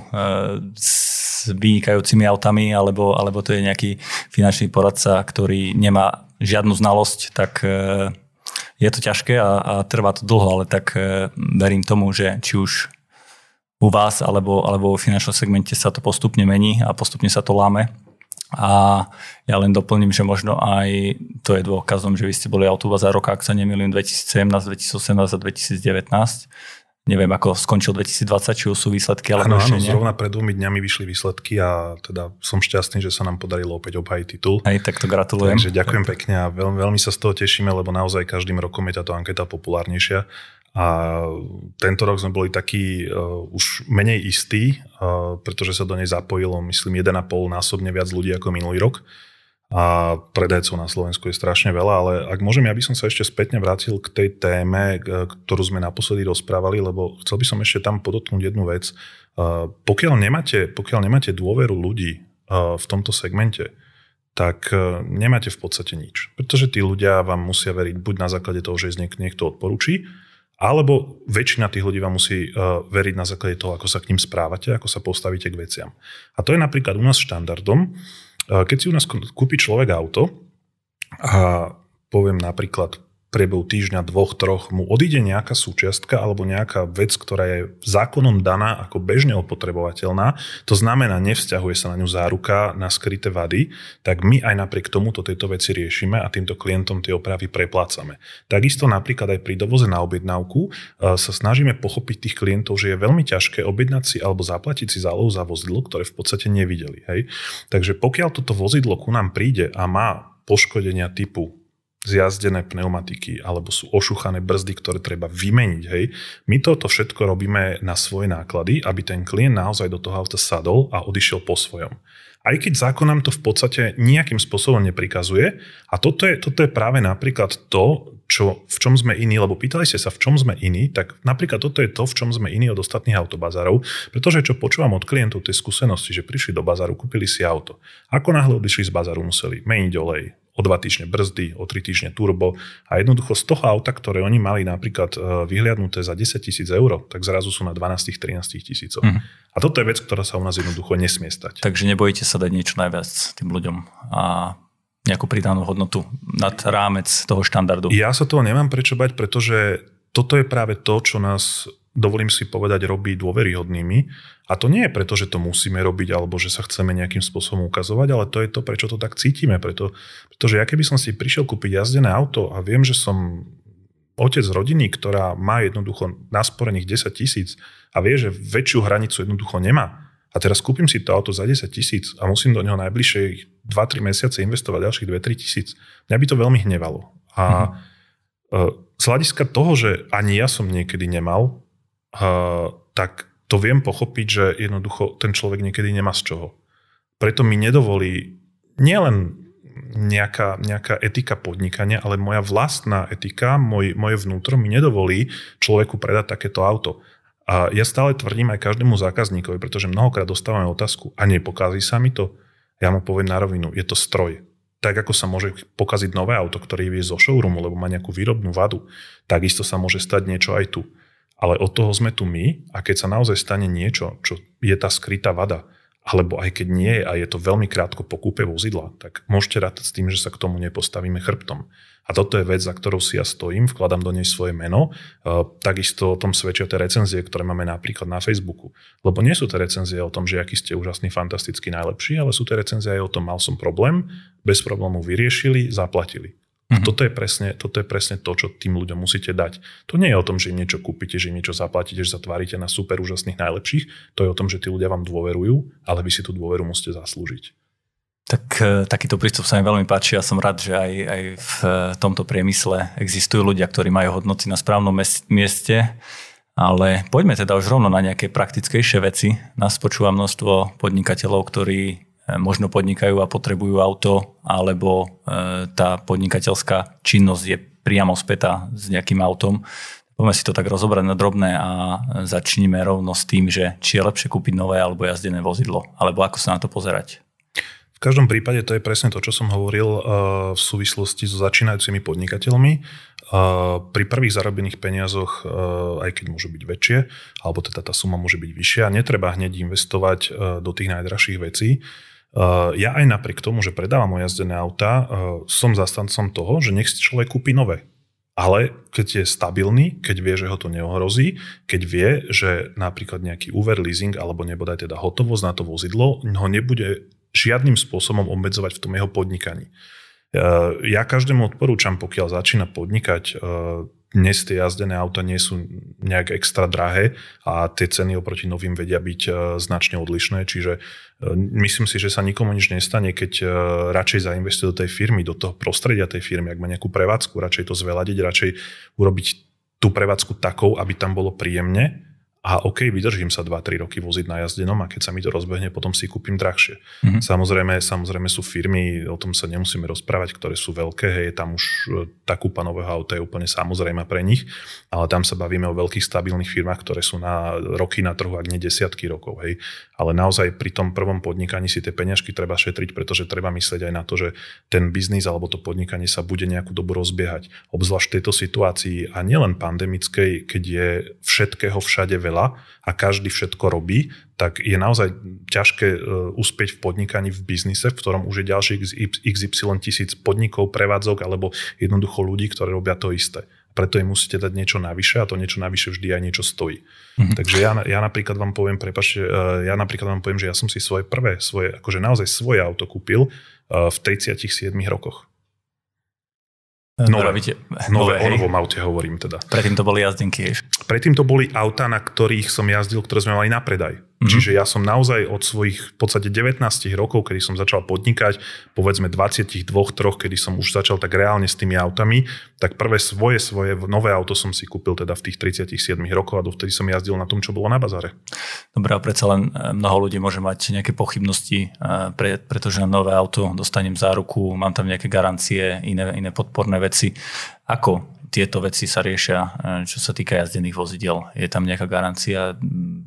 s vynikajúcimi autami, alebo, alebo to je nejaký finančný poradca, ktorý nemá žiadnu znalosť, tak je to ťažké a, a trvá to dlho, ale tak verím tomu, že či už u vás alebo, alebo v finančnom segmente sa to postupne mení a postupne sa to láme. A ja len doplním, že možno aj to je dôkazom, že vy ste boli Autobazár roka, ak sa nemýlim, dvetisícsedemnásť, dvetisícosemnásť a dvetisícdevätnásť. Neviem, ako skončil dvetisícdvadsať, či už sú výsledky, ale áno, áno, zrovna pred dvomi dňami vyšli výsledky a teda som šťastný, že sa nám podarilo opäť obhájiť titul. Hej, tak to gratulujem. Takže ďakujem pekne a veľmi, veľmi sa z toho tešíme, lebo naozaj každým rokom je táto anketa populárnejšia. A tento rok sme boli takí uh, už menej istí, uh, pretože sa do nej zapojilo, myslím, jeden a pol násobne viac ľudí ako minulý rok. a predajcov na Slovensku je strašne veľa, ale ak môžem, ja by som sa ešte spätne vrátil k tej téme, ktorú sme naposledy rozprávali, lebo chcel by som ešte tam podotknúť jednu vec. Pokiaľ nemáte, pokiaľ nemáte dôveru ľudí v tomto segmente, tak nemáte v podstate nič. Pretože tí ľudia vám musia veriť buď na základe toho, že ich niekto odporúči, alebo väčšina tých ľudí vám musí veriť na základe toho, ako sa k ním správate, ako sa postavíte k veciam. A to je napríklad u nás štandardom. Keď si u nás kúpi človek auto a poviem napríklad v priebehu týždňa, dvoch, troch mu odíde nejaká súčiastka alebo nejaká vec, ktorá je zákonom daná ako bežne opotrebovateľná, to znamená, nevzťahuje sa na ňu záruka na skryté vady, tak my aj napriek tomuto tejto veci riešime a týmto klientom tie opravy preplácame. Takisto napríklad aj pri dovoze na objednávku sa snažíme pochopiť tých klientov, že je veľmi ťažké objednať si alebo zaplatiť si zálohu za vozidlo, ktoré v podstate nevideli. Hej? Takže pokiaľ toto vozidlo ku nám príde a má poškodenia typu zjazdené pneumatiky alebo sú ošuchané brzdy, ktoré treba vymeniť. Hej. My toto všetko robíme na svoje náklady, aby ten klient naozaj do toho auta sadol a odišiel po svojom. Aj keď zákon nám to v podstate nejakým spôsobom neprikazuje a toto je, toto je práve napríklad to, čo, v čom sme iní, lebo pýtali ste sa, v čom sme iní, tak napríklad toto je to, v čom sme iní od ostatných autobazárov, pretože čo počúvam od klientov tie skúsenosti, že prišli do bazáru, kúpili si auto. Ako náhle odišli z bazáru, museli meniť olej, o dva týždne brzdy, o tri týždne turbo a jednoducho z toho auta, ktoré oni mali napríklad vyhliadnuté za desať tisíc eur, tak zrazu sú na dvanásť trinásť tisícov. Mm. A toto je vec, ktorá sa u nás jednoducho nesmie stať. Takže nebojíte sa dať niečo najviac tým ľuďom a nejakú pridanú hodnotu nad rámec toho štandardu? Ja sa toho nemám prečo bať, pretože toto je práve to, čo nás, dovolím si povedať, robí dôveryhodnými. A to nie je preto, že to musíme robiť alebo že sa chceme nejakým spôsobom ukazovať, ale to je to, prečo to tak cítime. Preto, pretože ja keby som si prišiel kúpiť jazdené auto a viem, že som otec rodiny, ktorá má jednoducho nasporených desať tisíc a vie, že väčšiu hranicu jednoducho nemá, a teraz kúpim si to auto za desať tisíc a musím do neho najbližšie dva tri mesiace investovať ďalších dva tri tisíc, mňa by to veľmi hnevalo. A mm. z hľadiska toho, že ani ja som niekedy nemal, tak to viem pochopiť, že jednoducho ten človek niekedy nemá z čoho. Preto mi nedovolí nielen nejaká, nejaká etika podnikania, ale moja vlastná etika, môj, moje vnútro mi nedovolí človeku predať takéto auto. A ja stále tvrdím aj každému zákazníkovi, pretože mnohokrát dostávame otázku a nepokazí sa mi to. Ja mu poviem na rovinu, je to stroj. Tak ako sa môže pokaziť nové auto, ktoré vie zo showroomu, lebo má nejakú výrobnú vadu, takisto sa môže stať niečo aj tu. Ale od toho sme tu my a keď sa naozaj stane niečo, čo je tá skrytá vada, alebo aj keď nie je a je to veľmi krátko po kúpe vozidla, tak môžete rátať s tým, že sa k tomu nepostavíme chrbtom. A toto je vec, za ktorou si ja stojím, vkladám do nej svoje meno. Takisto o tom svedčia tie recenzie, ktoré máme napríklad na Facebooku. Lebo nie sú tie recenzie o tom, že aký ste úžasný, fantastický, najlepší, ale sú tie recenzie aj o tom, mal som problém, bez problému vyriešili, zaplatili. A toto je presne, toto je presne to, čo tým ľuďom musíte dať. To nie je o tom, že im niečo kúpite, že im niečo zaplatíte, že zatvárite na super úžasných najlepších. To je o tom, že tí ľudia vám dôverujú, ale vy si tú dôveru musíte zaslúžiť. Tak takýto prístup sa mi veľmi páči. Ja som rád, že aj, aj v tomto priemysle existujú ľudia, ktorí majú hodnoty na správnom mieste. Ale poďme teda už rovno na nejaké praktickejšie veci. Nás počúva množstvo podnikateľov, ktorí možno podnikajú a potrebujú auto, alebo tá podnikateľská činnosť je priamo spätá s nejakým autom. Poďme si to tak rozobrať na drobné a začníme rovno s tým, že či je lepšie kúpiť nové alebo jazdené vozidlo, alebo ako sa na to pozerať. V každom prípade to je presne to, čo som hovoril v súvislosti so začínajúcimi podnikateľmi. Pri prvých zarobených peniazoch, aj keď môžu byť väčšie, alebo teda tá suma môže byť vyššia, netreba hneď investovať do tých najdražších vecí. Ja aj napriek tomu, že predávam jazdené auta, som zastancom toho, že nech si človek kúpi nové. Ale keď je stabilný, keď vie, že ho to neohrozí, keď vie, že napríklad nejaký úver, leasing alebo nebodaj teda hotovosť na to vozidlo ho nebude žiadnym spôsobom obmedzovať v tom jeho podnikaní. Ja každému odporúčam, pokiaľ začína podnikať, dnes tie jazdené auta nie sú nejak extra drahé a tie ceny oproti novým vedia byť značne odlišné, čiže myslím si, že sa nikomu nič nestane, keď radšej zainvestuje do tej firmy, do toho prostredia tej firmy, ak má nejakú prevádzku, radšej to zveladiť, radšej urobiť tú prevádzku takou, aby tam bolo príjemne, a OK, vydržím sa dva tri roky voziť na jazdenom a keď sa mi to rozbehne, potom si kúpim drahšie. Mm-hmm. Samozrejme, samozrejme sú firmy, o tom sa nemusíme rozprávať, ktoré sú veľké, hej, tam už tá kúpa nového auta je úplne samozrejma pre nich, ale tam sa bavíme o veľkých stabilných firmách, ktoré sú na roky na trhu, ak nie desiatky rokov. Hej. Ale naozaj pri tom prvom podnikaní si tie peňažky treba šetriť, pretože treba myslieť aj na to, že ten biznis alebo to podnikanie sa bude nejakú dobu rozbiehať. Obzvlášť v tejto situácii a nielen pandemickej, keď je všetkého všade veľa a každý všetko robí, tak je naozaj ťažké uspieť v podnikaní v biznise, v ktorom už je ďalších iks ypsilon tisíc podnikov, prevádzok alebo jednoducho ľudí, ktorí robia to isté. Preto im musíte dať niečo navyše a to niečo navyše vždy aj niečo stojí. Mm-hmm. Takže ja, ja napríklad vám poviem, prepáčte, ja napríklad vám poviem, že ja som si svoje prvé, svoje, akože naozaj svoje auto kúpil v tridsiatich siedmich rokoch. Nové, Robíte, nové, nové o novom aute hovorím teda. Predtým to boli jazdenky. Predtým to boli autá, na ktorých som jazdil, ktoré sme mali na predaj. Mm-hmm. Čiže ja som naozaj od svojich v podstate devätnásť rokov, kedy som začal podnikať, povedzme dvadsaťdva tri, kedy som už začal tak reálne s tými autami, tak prvé svoje, svoje nové auto som si kúpil teda v tých tridsiatich siedmich rokoch a dovtedy som jazdil na tom, čo bolo na bazáre. Dobre, a predsa len mnoho ľudí môže mať nejaké pochybnosti, pre, pretože na nové auto dostanem záruku, mám tam nejaké garancie, iné, iné podporné veci. Ako tieto veci sa riešia, čo sa týka jazdených vozidiel? Je tam nejaká garancia?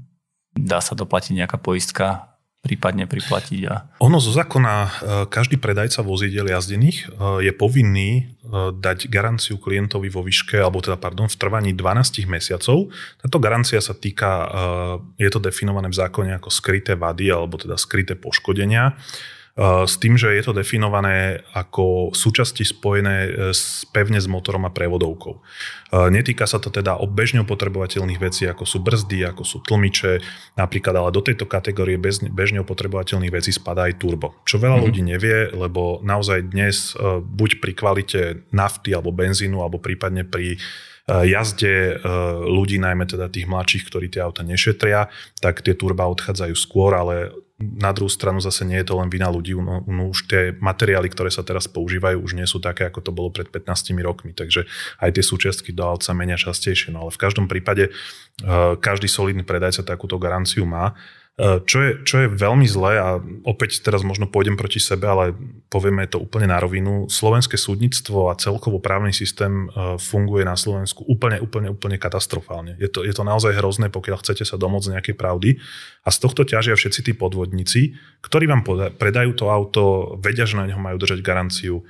Dá sa doplatiť nejaká poistka, prípadne priplatiť? A... Ono zo zákona, každý predajca vozidiel jazdených je povinný dať garanciu klientovi vo výške, alebo teda, pardon, v trvaní dvanásť mesiacov. Táto garancia sa týka, je to definované v zákone ako skryté vady, alebo teda skryté poškodenia. S tým, že je to definované ako súčasti spojené s, pevne s motorom a prevodovkou. Netýka sa to teda o bežne opotrebovateľných vecí, ako sú brzdy, ako sú tlmiče, napríklad, ale do tejto kategórie bez, bežne opotrebovateľných vecí spadá aj turbo. Čo veľa mm-hmm. ľudí nevie, lebo naozaj dnes buď pri kvalite nafty alebo benzínu, alebo prípadne pri jazde ľudí, najmä teda tých mladších, ktorí tie auta nešetria, tak tie turba odchádzajú skôr, ale na druhú stranu zase nie je to len vina ľudí, no, no už tie materiály, ktoré sa teraz používajú, už nie sú také, ako to bolo pred pätnástimi rokmi, takže aj tie súčiastky do aut sa menia častejšie, no ale v každom prípade každý solidný predajca takúto garanciu má. Čo je, čo je veľmi zlé, a opäť teraz možno pôjdem proti sebe, ale povieme to úplne na rovinu, slovenské súdnictvo a celkovo právny systém funguje na Slovensku úplne, úplne, úplne katastrofálne. Je to, je to naozaj hrozné, pokiaľ chcete sa domôcť nejakej pravdy, a z tohto ťažia všetci tí podvodníci, ktorí vám predajú to auto, vedia, že na neho majú držať garanciu.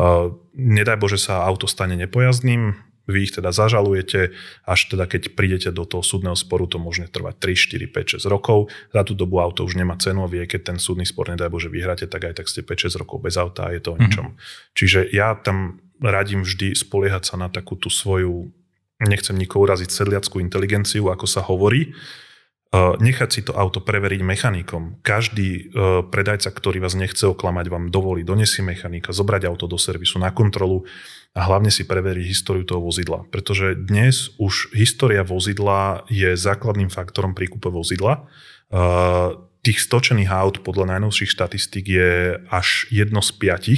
Nedaj Bože sa auto stane nepojazdným, vy ich teda zažalujete, až teda keď prídete do toho súdneho sporu, to môže trvať tri, štyri, päť, šesť rokov. Za tú dobu auto už nemá cenu a vie, keď ten súdny spor, nedaj Bože, vyhráte, tak aj tak ste päť šesť rokov bez auta a je to o ničom. Mm-hmm. Čiže ja tam radím vždy spoliehať sa na takú tú svoju, nechcem nikoho uraziť, sedliackú inteligenciu, ako sa hovorí, nechať si to auto preveriť mechanikom. Každý predajca, ktorý vás nechce oklamať, vám dovolí doniesť mechanika, zobrať auto do servisu na kontrolu a hlavne si preveriť históriu toho vozidla. Pretože dnes už história vozidla je základným faktorom pri kúpe vozidla. Tých stočených aut podľa najnovších štatistík je až jedno z piatich,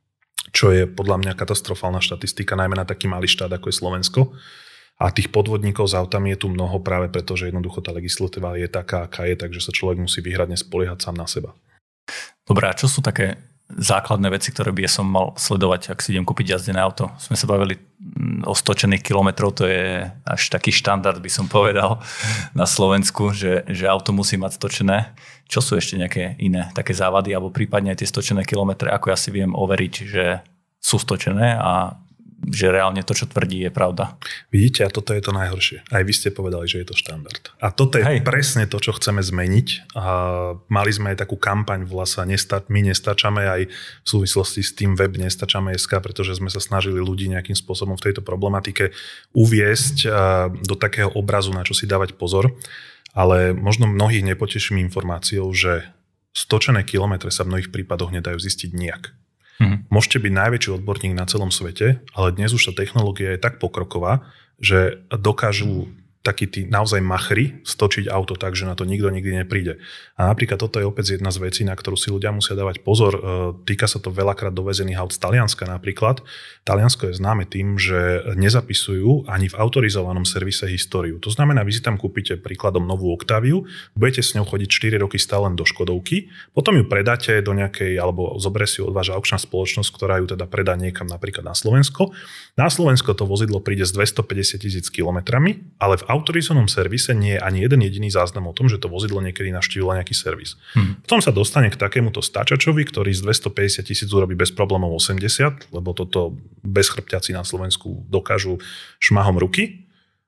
čo je podľa mňa katastrofálna štatistika, najmä na taký malý štát, ako je Slovensko. A tých podvodníkov s autami je tu mnoho práve preto, že jednoducho tá legislatíva je taká, aká je, takže sa človek musí výhradne spoliehať sám na seba. Dobré, a čo sú také základné veci, ktoré by som mal sledovať, ak si idem kúpiť jazdené auto? Sme sa bavili o stočených kilometrov, to je až taký štandard, by som povedal, na Slovensku, že, že auto musí mať stočené. Čo sú ešte nejaké iné také závady, alebo prípadne aj tie stočené kilometre, ako ja si viem overiť, že sú stočené a že reálne to, čo tvrdí, je pravda. Vidíte, a toto je to najhoršie. Aj vy ste povedali, že je to štandard. A toto je Hej. presne to, čo chceme zmeniť. A mali sme aj takú kampaň vlasa nesta- My nestačame, aj v súvislosti s tým web nestačame bodka es ká, pretože sme sa snažili ľudí nejakým spôsobom v tejto problematike uviesť do takého obrazu, na čo si dávať pozor. Ale možno mnohých nepoteším informáciou, že stočené kilometre sa v mnohých prípadoch nedajú zistiť nijak. Mm-hmm. Môžete byť najväčší odborník na celom svete, ale dnes už tá technológia je tak pokroková, že dokážu takí tí naozaj machri stočiť auto tak, že na to nikto nikdy nepríde. A napríklad toto je opäť jedna z vecí, na ktorú si ľudia musia dávať pozor. Týka sa to veľakrát dovezených aut z Talianska napríklad. Taliansko je známe tým, že nezapisujú ani v autorizovanom servise históriu. To znamená, vy si tam kúpite príkladom novú Octaviu, budete s ňou chodiť štyri roky stále len do Škodovky, potom ju predáte do nejakej, alebo zoberie si od vás aukčná spoločnosť, ktorá ju teda predá niekam napríklad na Slovensko. Na Slovensko to vozidlo príde s dvestopäťdesiat tisíc kilometrami, ale v autorizovanom servise nie je ani jeden jediný záznam o tom, že to vozidlo niekedy navštívilo nejaký servis. Hmm. Potom sa dostane k takémuto stačačovi, ktorý z dvestopäťdesiat tisíc urobí bez problémov osemdesiat, lebo toto bezchrbťaci na Slovensku dokážu šmahom ruky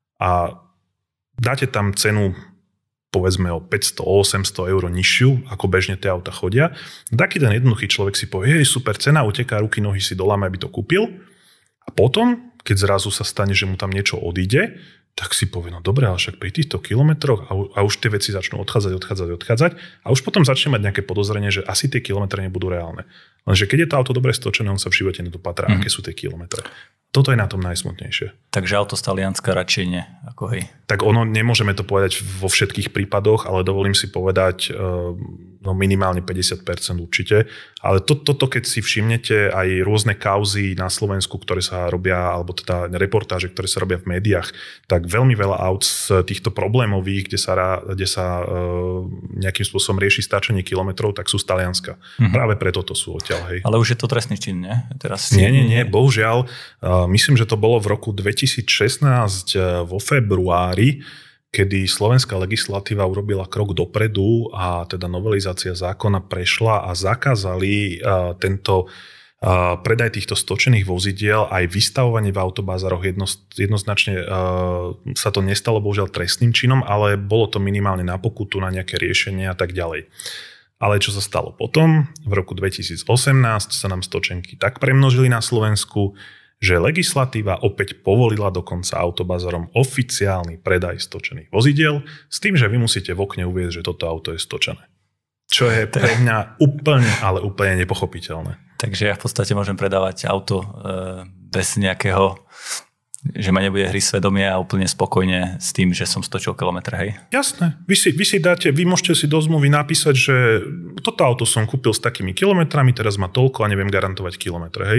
a dáte tam cenu povedzme o päťsto osemsto eur nižšiu, ako bežne tie auta chodia. Taký ten jednoduchý človek si povie, jej super cena, uteká, ruky, nohy si doláme, aby to kúpil. A potom, keď zrazu sa stane, že mu tam niečo odíde, tak si povie, no dobre, ale však pri týchto kilometroch a, a už tie veci začnú odchádzať, odchádzať, odchádzať a už potom začne mať nejaké podozrenie, že asi tie kilometre nebudú reálne. Lenže keď je to auto dobre stočené, on sa v živote nedopatrá, mm. aké sú tie kilometre. Toto je na tom najsmutnejšie. Takže auto z Talianska radšej nie, ako hej. Tak ono, nemôžeme to povedať vo všetkých prípadoch, ale dovolím si povedať no minimálne päťdesiat percent určite. Ale to, toto, keď si všimnete aj rôzne kauzy na Slovensku, ktoré sa robia, alebo teda reportáže, ktoré sa robia v médiách, tak veľmi veľa aut z týchto problémových, kde sa, kde sa nejakým spôsobom rieši stáčenie kilometrov, tak sú z Talianska. Mm-hmm. Práve preto to sú odtiaľ, hej. Ale už je to trestný čin, nie? Teraz nie, nie, nie, bohužiaľ. Myslím, že to bolo v roku dvetisícšestnásť vo februári, kedy slovenská legislatíva urobila krok dopredu a teda novelizácia zákona prešla a zakázali tento predaj týchto stočených vozidiel aj vystavovanie v autobázaroch. Jedno, jednoznačne sa to nestalo bohužiaľ trestným činom, ale bolo to minimálne na pokutu, na nejaké riešenie a tak ďalej. Ale čo sa stalo potom? V roku dvetisícosemnásť sa nám stočenky tak premnožili na Slovensku, že legislatíva opäť povolila dokonca autobazarom oficiálny predaj stočených vozidiel s tým, že vy musíte v okne uvieť, že toto auto je stočené. Čo je pre mňa úplne, ale úplne nepochopiteľné. Takže ja v podstate môžem predávať auto e, bez nejakého, že ma nebude hry svedomie a úplne spokojne s tým, že som stočil kilometr, hej? Jasné. Vy si, vy si dáte, vy môžete si do zmluvy napísať, že toto auto som kúpil s takými kilometrami, teraz má toľko a neviem garantovať kilometre, hej?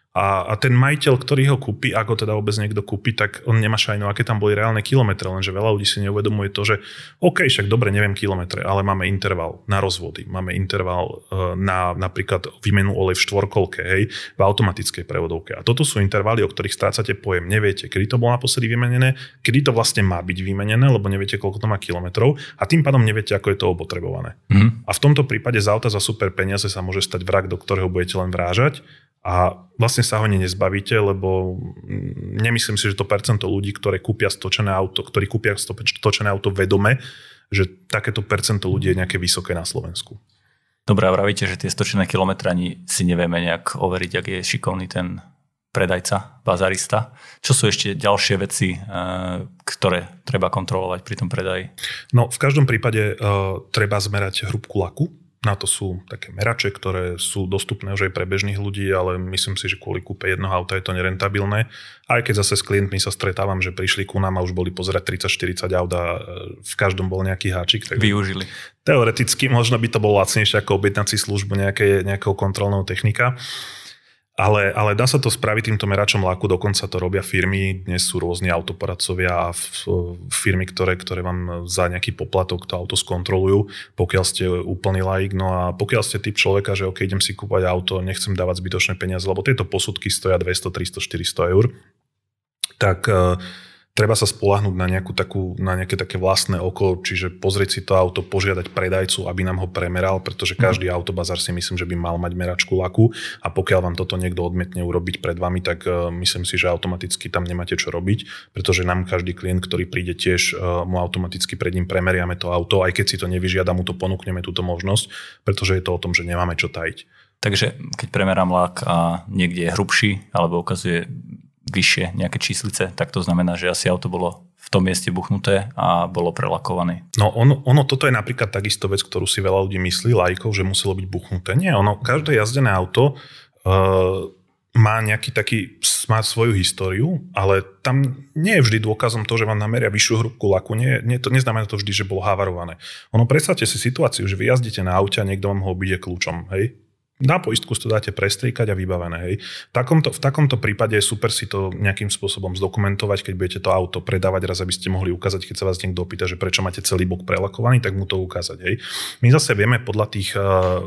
A, a ten majiteľ, ktorý ho kúpi, ak ho teda vôbec niekto kúpi, tak on nemá šajnu, aké tam boli reálne kilometre, lenže veľa ľudí si neuvedomuje to, že OK, však dobre, neviem kilometre, ale máme interval na rozvody, máme interval na napríklad výmenu olej v štvorkolke, hej, v automatickej prevodovke. A toto sú intervaly, o ktorých strácate pojem. Neviete, kedy to bolo naposledy vymenené, kedy to vlastne má byť vymenené, lebo neviete, koľko to má kilometrov a tým pádom neviete, ako je to opotrebované. Mm. A v tomto prípade z auta za super peniaze sa môže stať vrak, do ktorého budete len vrážať. A vlastne sa ho nezbavíte, lebo nemyslím si, že to percento ľudí, ktoré kúpia stočené auto, ktorí kúpia stočené auto vedome, že takéto percento ľudí je nejaké vysoké na Slovensku. Dobre, a vravíte, že tie stočené kilometre ani si nevieme nejak overiť, ak je šikovný ten predajca, bazarista. Čo sú ešte ďalšie veci, ktoré treba kontrolovať pri tom predaji? No, v každom prípade uh, treba zmerať hrúbku laku. Na to sú také merače, ktoré sú dostupné už aj pre bežných ľudí, ale myslím si, že kvôli kúpe jednoho auta je to nerentabilné. Aj keď zase s klientmi sa stretávam, že prišli ku nám a už boli pozerať tridsať štyridsať aut a v každom bol nejaký háčik. Tak využili. Teoreticky možno by to bolo lacnejšie ako objednať si službu nejaké, nejakého kontrolného technika. Ale, ale dá sa to spraviť týmto meračom laku, dokonca to robia firmy, dnes sú rôzni autoporadcovia a firmy, ktoré, ktoré vám za nejaký poplatok to auto skontrolujú, pokiaľ ste úplný laik. No a pokiaľ ste typ človeka, že ok, idem si kúpať auto, nechcem dávať zbytočné peniaze, lebo tieto posudky stoja dvesto, tristo, štyristo eur, tak treba sa spoľahnúť na nejakú takú, na nejaké také vlastné oko, čiže pozrieť si to auto, požiadať predajcu, aby nám ho premeral, pretože každý mm. autobazár si myslím, že by mal mať meračku laku a pokiaľ vám toto niekto odmietne urobiť pred vami, tak uh, myslím si, že automaticky tam nemáte čo robiť, pretože nám každý klient, ktorý príde tiež, uh, mu automaticky pred ním premeriame to auto, aj keď si to nevyžiada, mu to ponúkneme túto možnosť, pretože je to o tom, že nemáme čo tajiť. Takže keď premerám lak a niekde je hrubší alebo ukazuje vyššie nejaké číslice, tak to znamená, že asi auto bolo v tom mieste buchnuté a bolo prelakované. No ono, ono toto je napríklad takisto vec, ktorú si veľa ľudí myslí, laikov, že muselo byť buchnuté. Nie, ono, každé jazdené auto uh, má nejaký taký, má svoju históriu, ale tam nie je vždy dôkazom to, že vám nameria vyššiu hrúbku laku. Nie, nie, to neznamená to vždy, že bolo havarované. Ono, predstavte si situáciu, že vy jazdíte na aute a niekto vám ho obíde kľúčom, hej? Na poistku to dáte prestriekať a vybavené. Hej. V, takomto, v takomto prípade je super si to nejakým spôsobom zdokumentovať, keď budete to auto predávať raz, aby ste mohli ukázať, keď sa vás niekto opýta, že prečo máte celý bok prelakovaný, tak mu to ukázať. Hej. My zase vieme podľa tých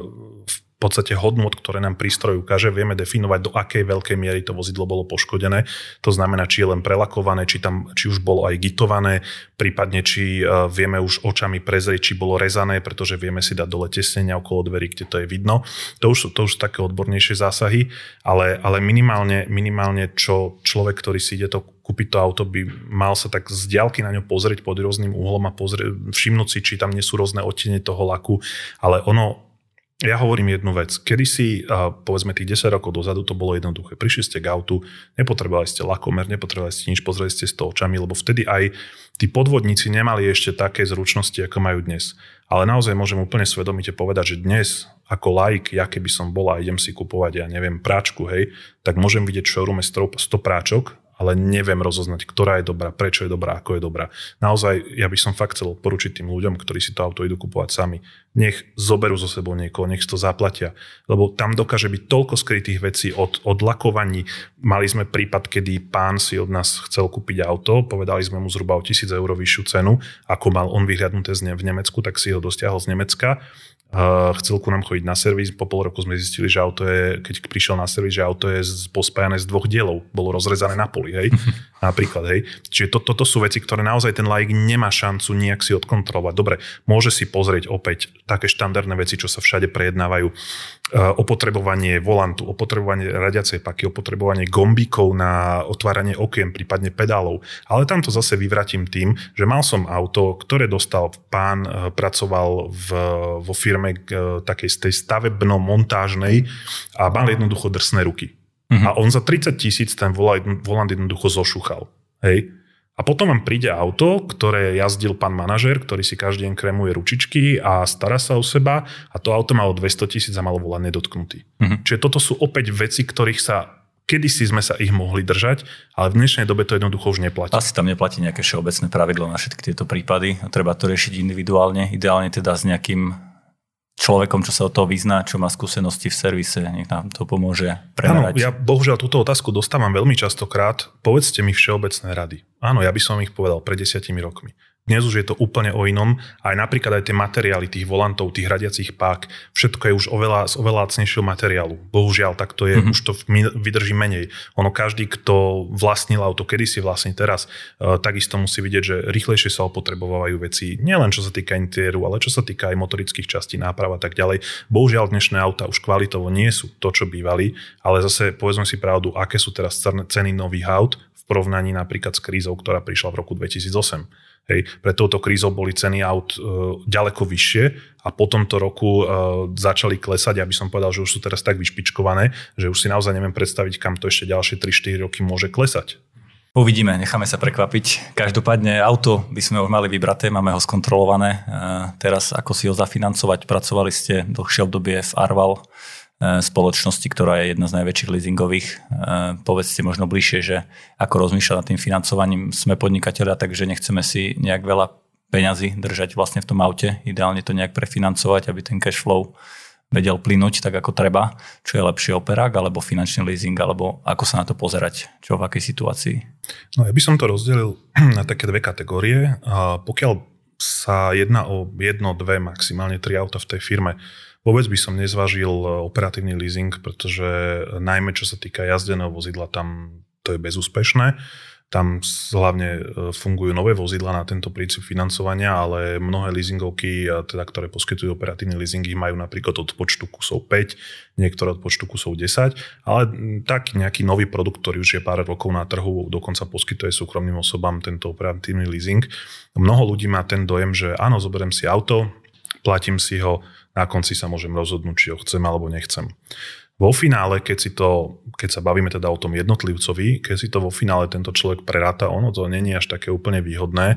v podstate hodnôt, ktoré nám prístroj ukáže, vieme definovať, do akej veľkej miery to vozidlo bolo poškodené. To znamená, či je len prelakované, či tam či už bolo aj gitované, prípadne či vieme už očami prezrieť, či bolo rezané, pretože vieme si dať dole tesnenia okolo dverí, kde to je vidno. To už sú, to už sú také odbornejšie zásahy, ale, ale minimálne, minimálne čo človek, ktorý si ide to kúpiť to auto, by mal sa tak z diaľky na ňo pozrieť pod rôznym uhlom a pozrieť, všimnúť si, či tam nie sú rôzne odtiene toho laku, ale ono. Ja hovorím jednu vec. Kedysi, povedzme tých desať rokov dozadu, to bolo jednoduché. Prišli ste k autu, nepotrebovali ste lakomer, nepotrebovali ste nič, pozreli ste s to očami, lebo vtedy aj tí podvodníci nemali ešte také zručnosti, ako majú dnes. Ale naozaj môžem úplne svedomite povedať, že dnes, ako laik, ja keby som bol a idem si kupovať, ja neviem, práčku, hej, tak môžem vidieť v showroome sto práčok, ale neviem rozoznať, ktorá je dobrá, prečo je dobrá, ako je dobrá. Naozaj, ja by som fakt chcel poručiť tým ľuďom, ktorí si to auto idú kupovať sami. Nech zoberú zo sebou niekoho, nech si to zaplatia. Lebo tam dokáže byť toľko skrytých vecí od, od lakovaní. Mali sme prípad, kedy pán si od nás chcel kúpiť auto, povedali sme mu zhruba o tisíc eur vyššiu cenu, ako mal on vyhliadnuté v Nemecku, tak si ho dostiahol z Nemecka. Uh, chcel ku nám chodiť na servis, po pol roku sme zistili, že auto je, keď prišiel na servis, že auto je pospájané z dvoch dielov, bolo rozrezané na poli, hej, napríklad, hej. Čiže to, toto sú veci, ktoré naozaj ten laik nemá šancu nejak si odkontrolovať. Dobre, môže si pozrieť opäť také štandardné veci, čo sa všade prejednávajú, uh, opotrebovanie volantu, opotrebovanie radiacej paky, opotrebovanie gombíkov na otváranie okien, prípadne pedálov, ale tam to zase vyvratím tým, že mal som auto, ktoré dostal pán, uh, pracoval v, vo firme takej z tej stavebno-montážnej a mal jednoducho drsné ruky. Uh-huh. A on za tridsať tisíc ten volant jednoducho zošuchal. Hej. A potom vám príde auto, ktoré jazdil pán manažer, ktorý si každý deň krémuje ručičky a stará sa o seba a to auto malo dvesto tisíc a malo volant nedotknutý. Uh-huh. Čiže toto sú opäť veci, ktorých sa kedysi sme sa ich mohli držať, ale v dnešnej dobe to jednoducho už neplatí. Asi tam neplatí nejaké všeobecné pravidlo na všetky tieto prípady a treba to riešiť individuálne, ideálne teda s nejakým človekom, čo sa o toho vyzná, čo má skúsenosti v servise, nech nám to pomôže premerať. Áno, ja bohužiaľ túto otázku dostávam veľmi častokrát. Povedzte mi všeobecné rady. Áno, ja by som ich povedal pred desiatimi rokmi. Dnes už je to úplne o inom. Aj napríklad aj tie materiály tých volantov, tých radiacich pák, všetko je už oveľa, z oveľa lacnejšieho materiálu. Bohužiaľ, tak to je, mm-hmm. už to vydrží menej. Ono každý, kto vlastnil auto, kedysi vlastní teraz, uh, takisto musí vidieť, že rýchlejšie sa opotrebovávajú veci, nielen čo sa týka interiéru, ale čo sa týka aj motorických častí, náprav a tak ďalej. Bohužiaľ, dnešné auta už kvalitovo nie sú to, čo bývali, ale zase povedzme si pravdu, aké sú teraz ceny nových aut v porovnaní napríklad s krízou, ktorá prišla v roku dvetisícosem. Hej, pre touto krízou boli ceny aut e, ďaleko vyššie a po tomto roku e, začali klesať. Ja by som povedal, že už sú teraz tak vyšpičkované, že už si naozaj neviem predstaviť, kam to ešte ďalšie tri štyri roky môže klesať. Uvidíme, necháme sa prekvapiť. Každopádne auto by sme už mali vybraté, máme ho skontrolované. E, teraz ako si ho zafinancovať, pracovali ste dlhšie obdobie v Arval, spoločnosti, ktorá je jedna z najväčších leasingových. Povedzte možno bližšie, že ako rozmýšľať nad tým financovaním. Sme podnikatelia, takže nechceme si nejak veľa peňazí držať vlastne v tom aute. Ideálne to nejak prefinancovať, aby ten cash flow vedel plynúť tak, ako treba. Čo je lepšie, operák alebo finančný leasing, alebo ako sa na to pozerať, čo v akej situácii? No ja by som to rozdelil na také dve kategórie. A pokiaľ sa jedná o jedno, dve, maximálne tri auta v tej firme, vôbec by som nezvážil operatívny leasing, pretože najmä čo sa týka jazdeného vozidla, tam to je bezúspešné. Tam hlavne fungujú nové vozidla na tento princíp financovania, ale mnohé leasingovky, teda, ktoré poskytujú operatívny leasing, majú napríklad od počtu kusov päť, niektoré od počtu kusov desať, ale tak nejaký nový produkt, ktorý už je pár rokov na trhu, dokonca poskytuje súkromným osobám tento operatívny leasing. Mnoho ľudí má ten dojem, že áno, zoberiem si auto, platím si ho, na konci sa môžem rozhodnúť, či ho chcem alebo nechcem. Vo finále, keď si to, keď sa bavíme teda o tom jednotlivcovi, keď si to vo finále tento človek preráta, ono to nie je až také úplne výhodné.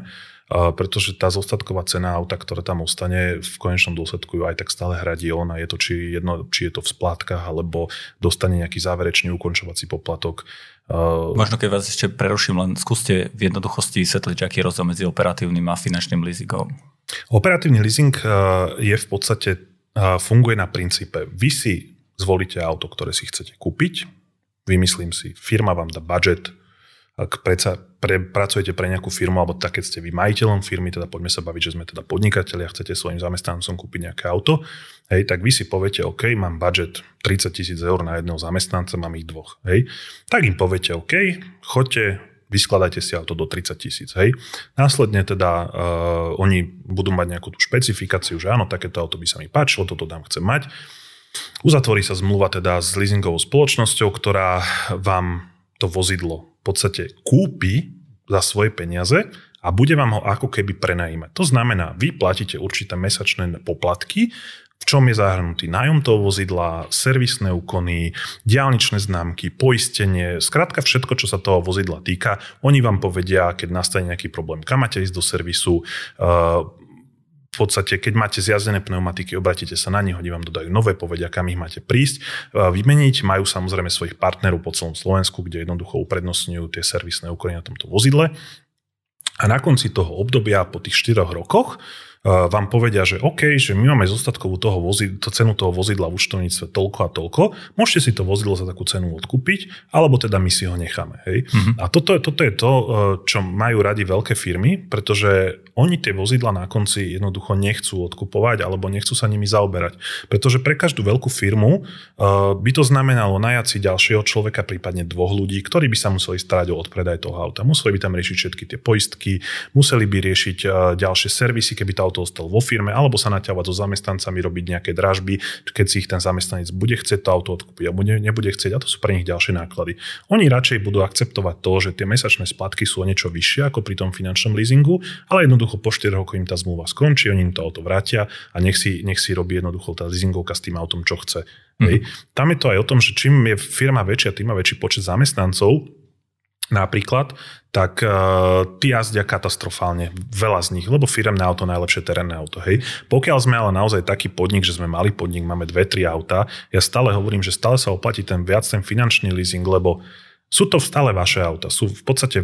pretože tá zostatková cena auta, ktorá tam ostane, v konečnom dôsledku ju aj tak stále hradí on a je to či, jedno, či je to v splátkach, alebo dostane nejaký záverečný ukončovací poplatok. Možno keď vás ešte preruším, len skúste v jednoduchosti vysvetliť, aký je rozdiel medzi operatívnym a finančným leasingom. Operatívny leasing je v podstate, funguje na princípe, vy si zvolíte auto, ktoré si chcete kúpiť, vymyslím si, firma vám dá budget. Ak predsa pre, pracujete pre nejakú firmu, alebo tak, keď ste vy majiteľom firmy, teda poďme sa baviť, že sme teda podnikatelia, chcete svojim zamestnancom kúpiť nejaké auto, hej, tak vy si poviete, OK, mám budget tridsať tisíc eur na jedného zamestnanca, mám ich dvoch, hej. Tak im poviete, OK, choďte, vyskladajte si auto do tridsať tisíc, hej. Následne teda uh, oni budú mať nejakú tú špecifikáciu, že áno, takéto auto by sa mi páčilo, toto tam chcem mať. Uzatvorí sa zmluva teda s leasingovou spoločnosťou, ktorá vám to vozidlo v podstate kúpi za svoje peniaze a bude vám ho ako keby prenajímať. To znamená, vy platíte určité mesačné poplatky, v čom je zahrnutý nájom toho vozidla, servisné úkony, diaľničné známky, poistenie, skrátka všetko, čo sa toho vozidla týka. Oni vám povedia, keď nastane nejaký problém, kam máte ísť do servisu, uh, v podstate, keď máte zjazdené pneumatiky, obratíte sa na nich, oni vám dodajú nové, povedia, kam ich máte prísť, vymeniť. Majú samozrejme svojich partnerov po celom Slovensku, kde jednoducho uprednostňujú tie servisné úkony na tomto vozidle. A na konci toho obdobia, po tých štyroch rokoch, vám povedia, že OK, že my máme zostatkovú toho vozidla, to cenu toho vozidla v účtovníctve toľko a toľko, môžete si to vozidlo za takú cenu odkúpiť, alebo teda my si ho necháme. Hej? Mm-hmm. A toto, toto je to, čo majú radi veľké firmy, pretože oni tie vozidla na konci jednoducho nechcú odkupovať, alebo nechcú sa nimi zaoberať. Pretože pre každú veľkú firmu by to znamenalo najať si ďalšieho človeka, prípadne dvoch ľudí, ktorí by sa museli starať o odpredaj toho auta. Museli by tam riešiť všetky tie poistky, museli by riešiť ďalšie servisy, keby tá to ostal vo firme, alebo sa naťahovať so zamestnancami, robiť nejaké dražby, keď si ich ten zamestnanec bude chcieť to auto odkúpiť a bude, nebude chcieť, a to sú pre nich ďalšie náklady. Oni radšej budú akceptovať to, že tie mesačné splatky sú o niečo vyššie ako pri tom finančnom leasingu, ale jednoducho po štyroch rokoch im tá zmluva skončí, oni im to auto vrátia a nech si, nech si robí jednoducho tá leasingovka s tým autom, čo chce. Mm. Hej. Tam je to aj o tom, že čím je firma väčšia, tým má väčší počet zamestnancov, napríklad, tak uh, tí jazdia katastrofálne, veľa z nich, lebo firemné auto najlepšie terénne auto. Hej. Pokiaľ sme ale naozaj taký podnik, že sme malý podnik, máme dve, tri auta, ja stále hovorím, že stále sa oplatí ten viac ten finančný leasing, lebo sú to stále vaše auta, sú v podstate,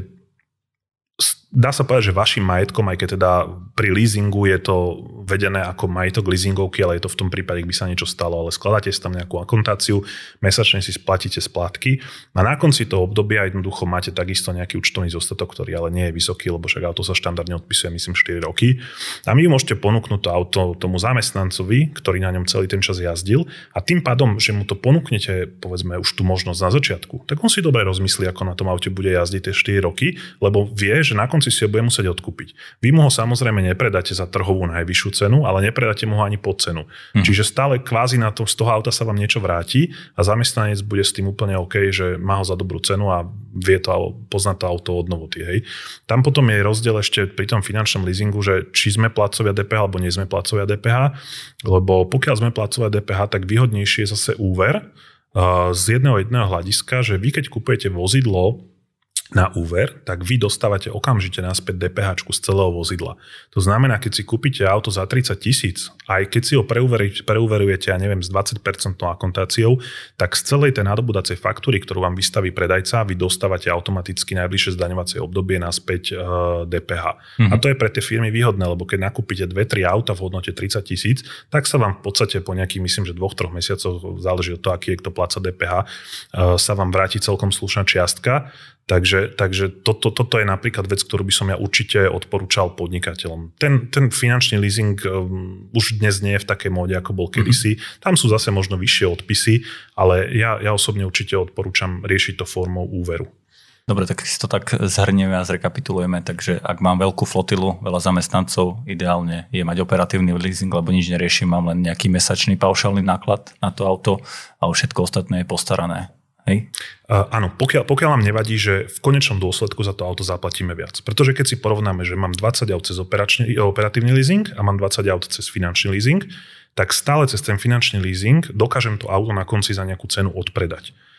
dá sa povedať, že vašim majetkom, aj keď teda pri leasingu je to vedené ako majetok leasingovky, ale je to v tom prípade, ak by sa niečo stalo, ale skladáte si tam nejakú akontáciu, mesačne si splatíte splátky a na konci toho obdobia jednoducho máte takisto nejaký účtovný zostatok, ktorý ale nie je vysoký, lebo však auto sa štandardne odpisuje, myslím, štyri roky. A my môžete ponúknuť to auto tomu zamestnancovi, ktorý na ňom celý ten čas jazdil a tým pádom, že mu to ponúknete, povedzme, už tú možnosť na začiatku, tak on si dobre rozmyslí, ako na tom aute bude jazdiť tie štyri roky, lebo vie, že na konci si ho bude musieť odkúpiť. Vy mu ho samozrejme nepredáte za trhovú najvyššiu cenu, ale nepredáte mu ho ani pod cenu. Mm. Čiže stále kvázi na to, z toho auta sa vám niečo vráti a zamestnanec bude s tým úplne OK, že má ho za dobrú cenu a vie to, pozná to auto od novoty. Hej. Tam potom je rozdiel ešte pri tom finančnom leasingu, že či sme plácovia dé pé há alebo nie sme plácovia dé pé há, lebo pokiaľ sme plácovia dé pé há, tak výhodnejšie je zase úver uh, z jedného jedného hľadiska, že vy keď kupujete vozidlo na úver, tak vy dostávate okamžite naspäť dé pé háčku z celého vozidla. To znamená, keď si kúpite auto za tridsať tisíc, aj keď si ho preúverujete, ja neviem, s dvadsať percent akontáciou, tak z celej tej nadobúdacej faktúry, ktorú vám vystaví predajca, vy dostávate automaticky najbližšie zdaňovacie obdobie naspäť dé pé há. Mm-hmm. A to je pre tie firmy výhodné, lebo keď nakúpite dve tri auta v hodnote tridsať tisíc, tak sa vám v podstate po nejakých, myslím, že dvoch, troch mesiacoch, záleží od toho, aký je kto pláca dé pé há, sa vám vráti celkom slušná čiastka. Takže, takže toto, toto je napríklad vec, ktorú by som ja určite odporúčal podnikateľom. Ten, ten finančný leasing um, už dnes nie je v takej móde, ako bol kedysi. Mm-hmm. Tam sú zase možno vyššie odpisy, ale ja, ja osobne určite odporúčam riešiť to formou úveru. Dobre, tak si to tak zhrnieme a zrekapitulujeme. Takže ak mám veľkú flotilu, veľa zamestnancov, ideálne je mať operatívny leasing, lebo nič neriešim, mám len nejaký mesačný paušálny náklad na to auto a všetko ostatné je postarané. Hej. Uh, áno, pokiaľ, pokiaľ nám nevadí, že v konečnom dôsledku za to auto zaplatíme viac. Pretože keď si porovnáme, že mám dvadsať aut cez operatívny leasing a mám dvadsať aut cez finančný leasing, tak stále cez ten finančný leasing dokážem to auto na konci za nejakú cenu odpredať.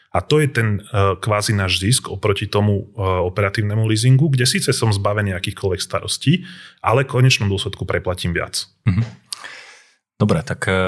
A to je ten uh, kvázi náš zisk oproti tomu uh, operatívnemu leasingu, kde síce som zbavený akýchkoľvek starostí, ale v konečnom dôsledku preplatím viac. Mhm. Dobre, tak e,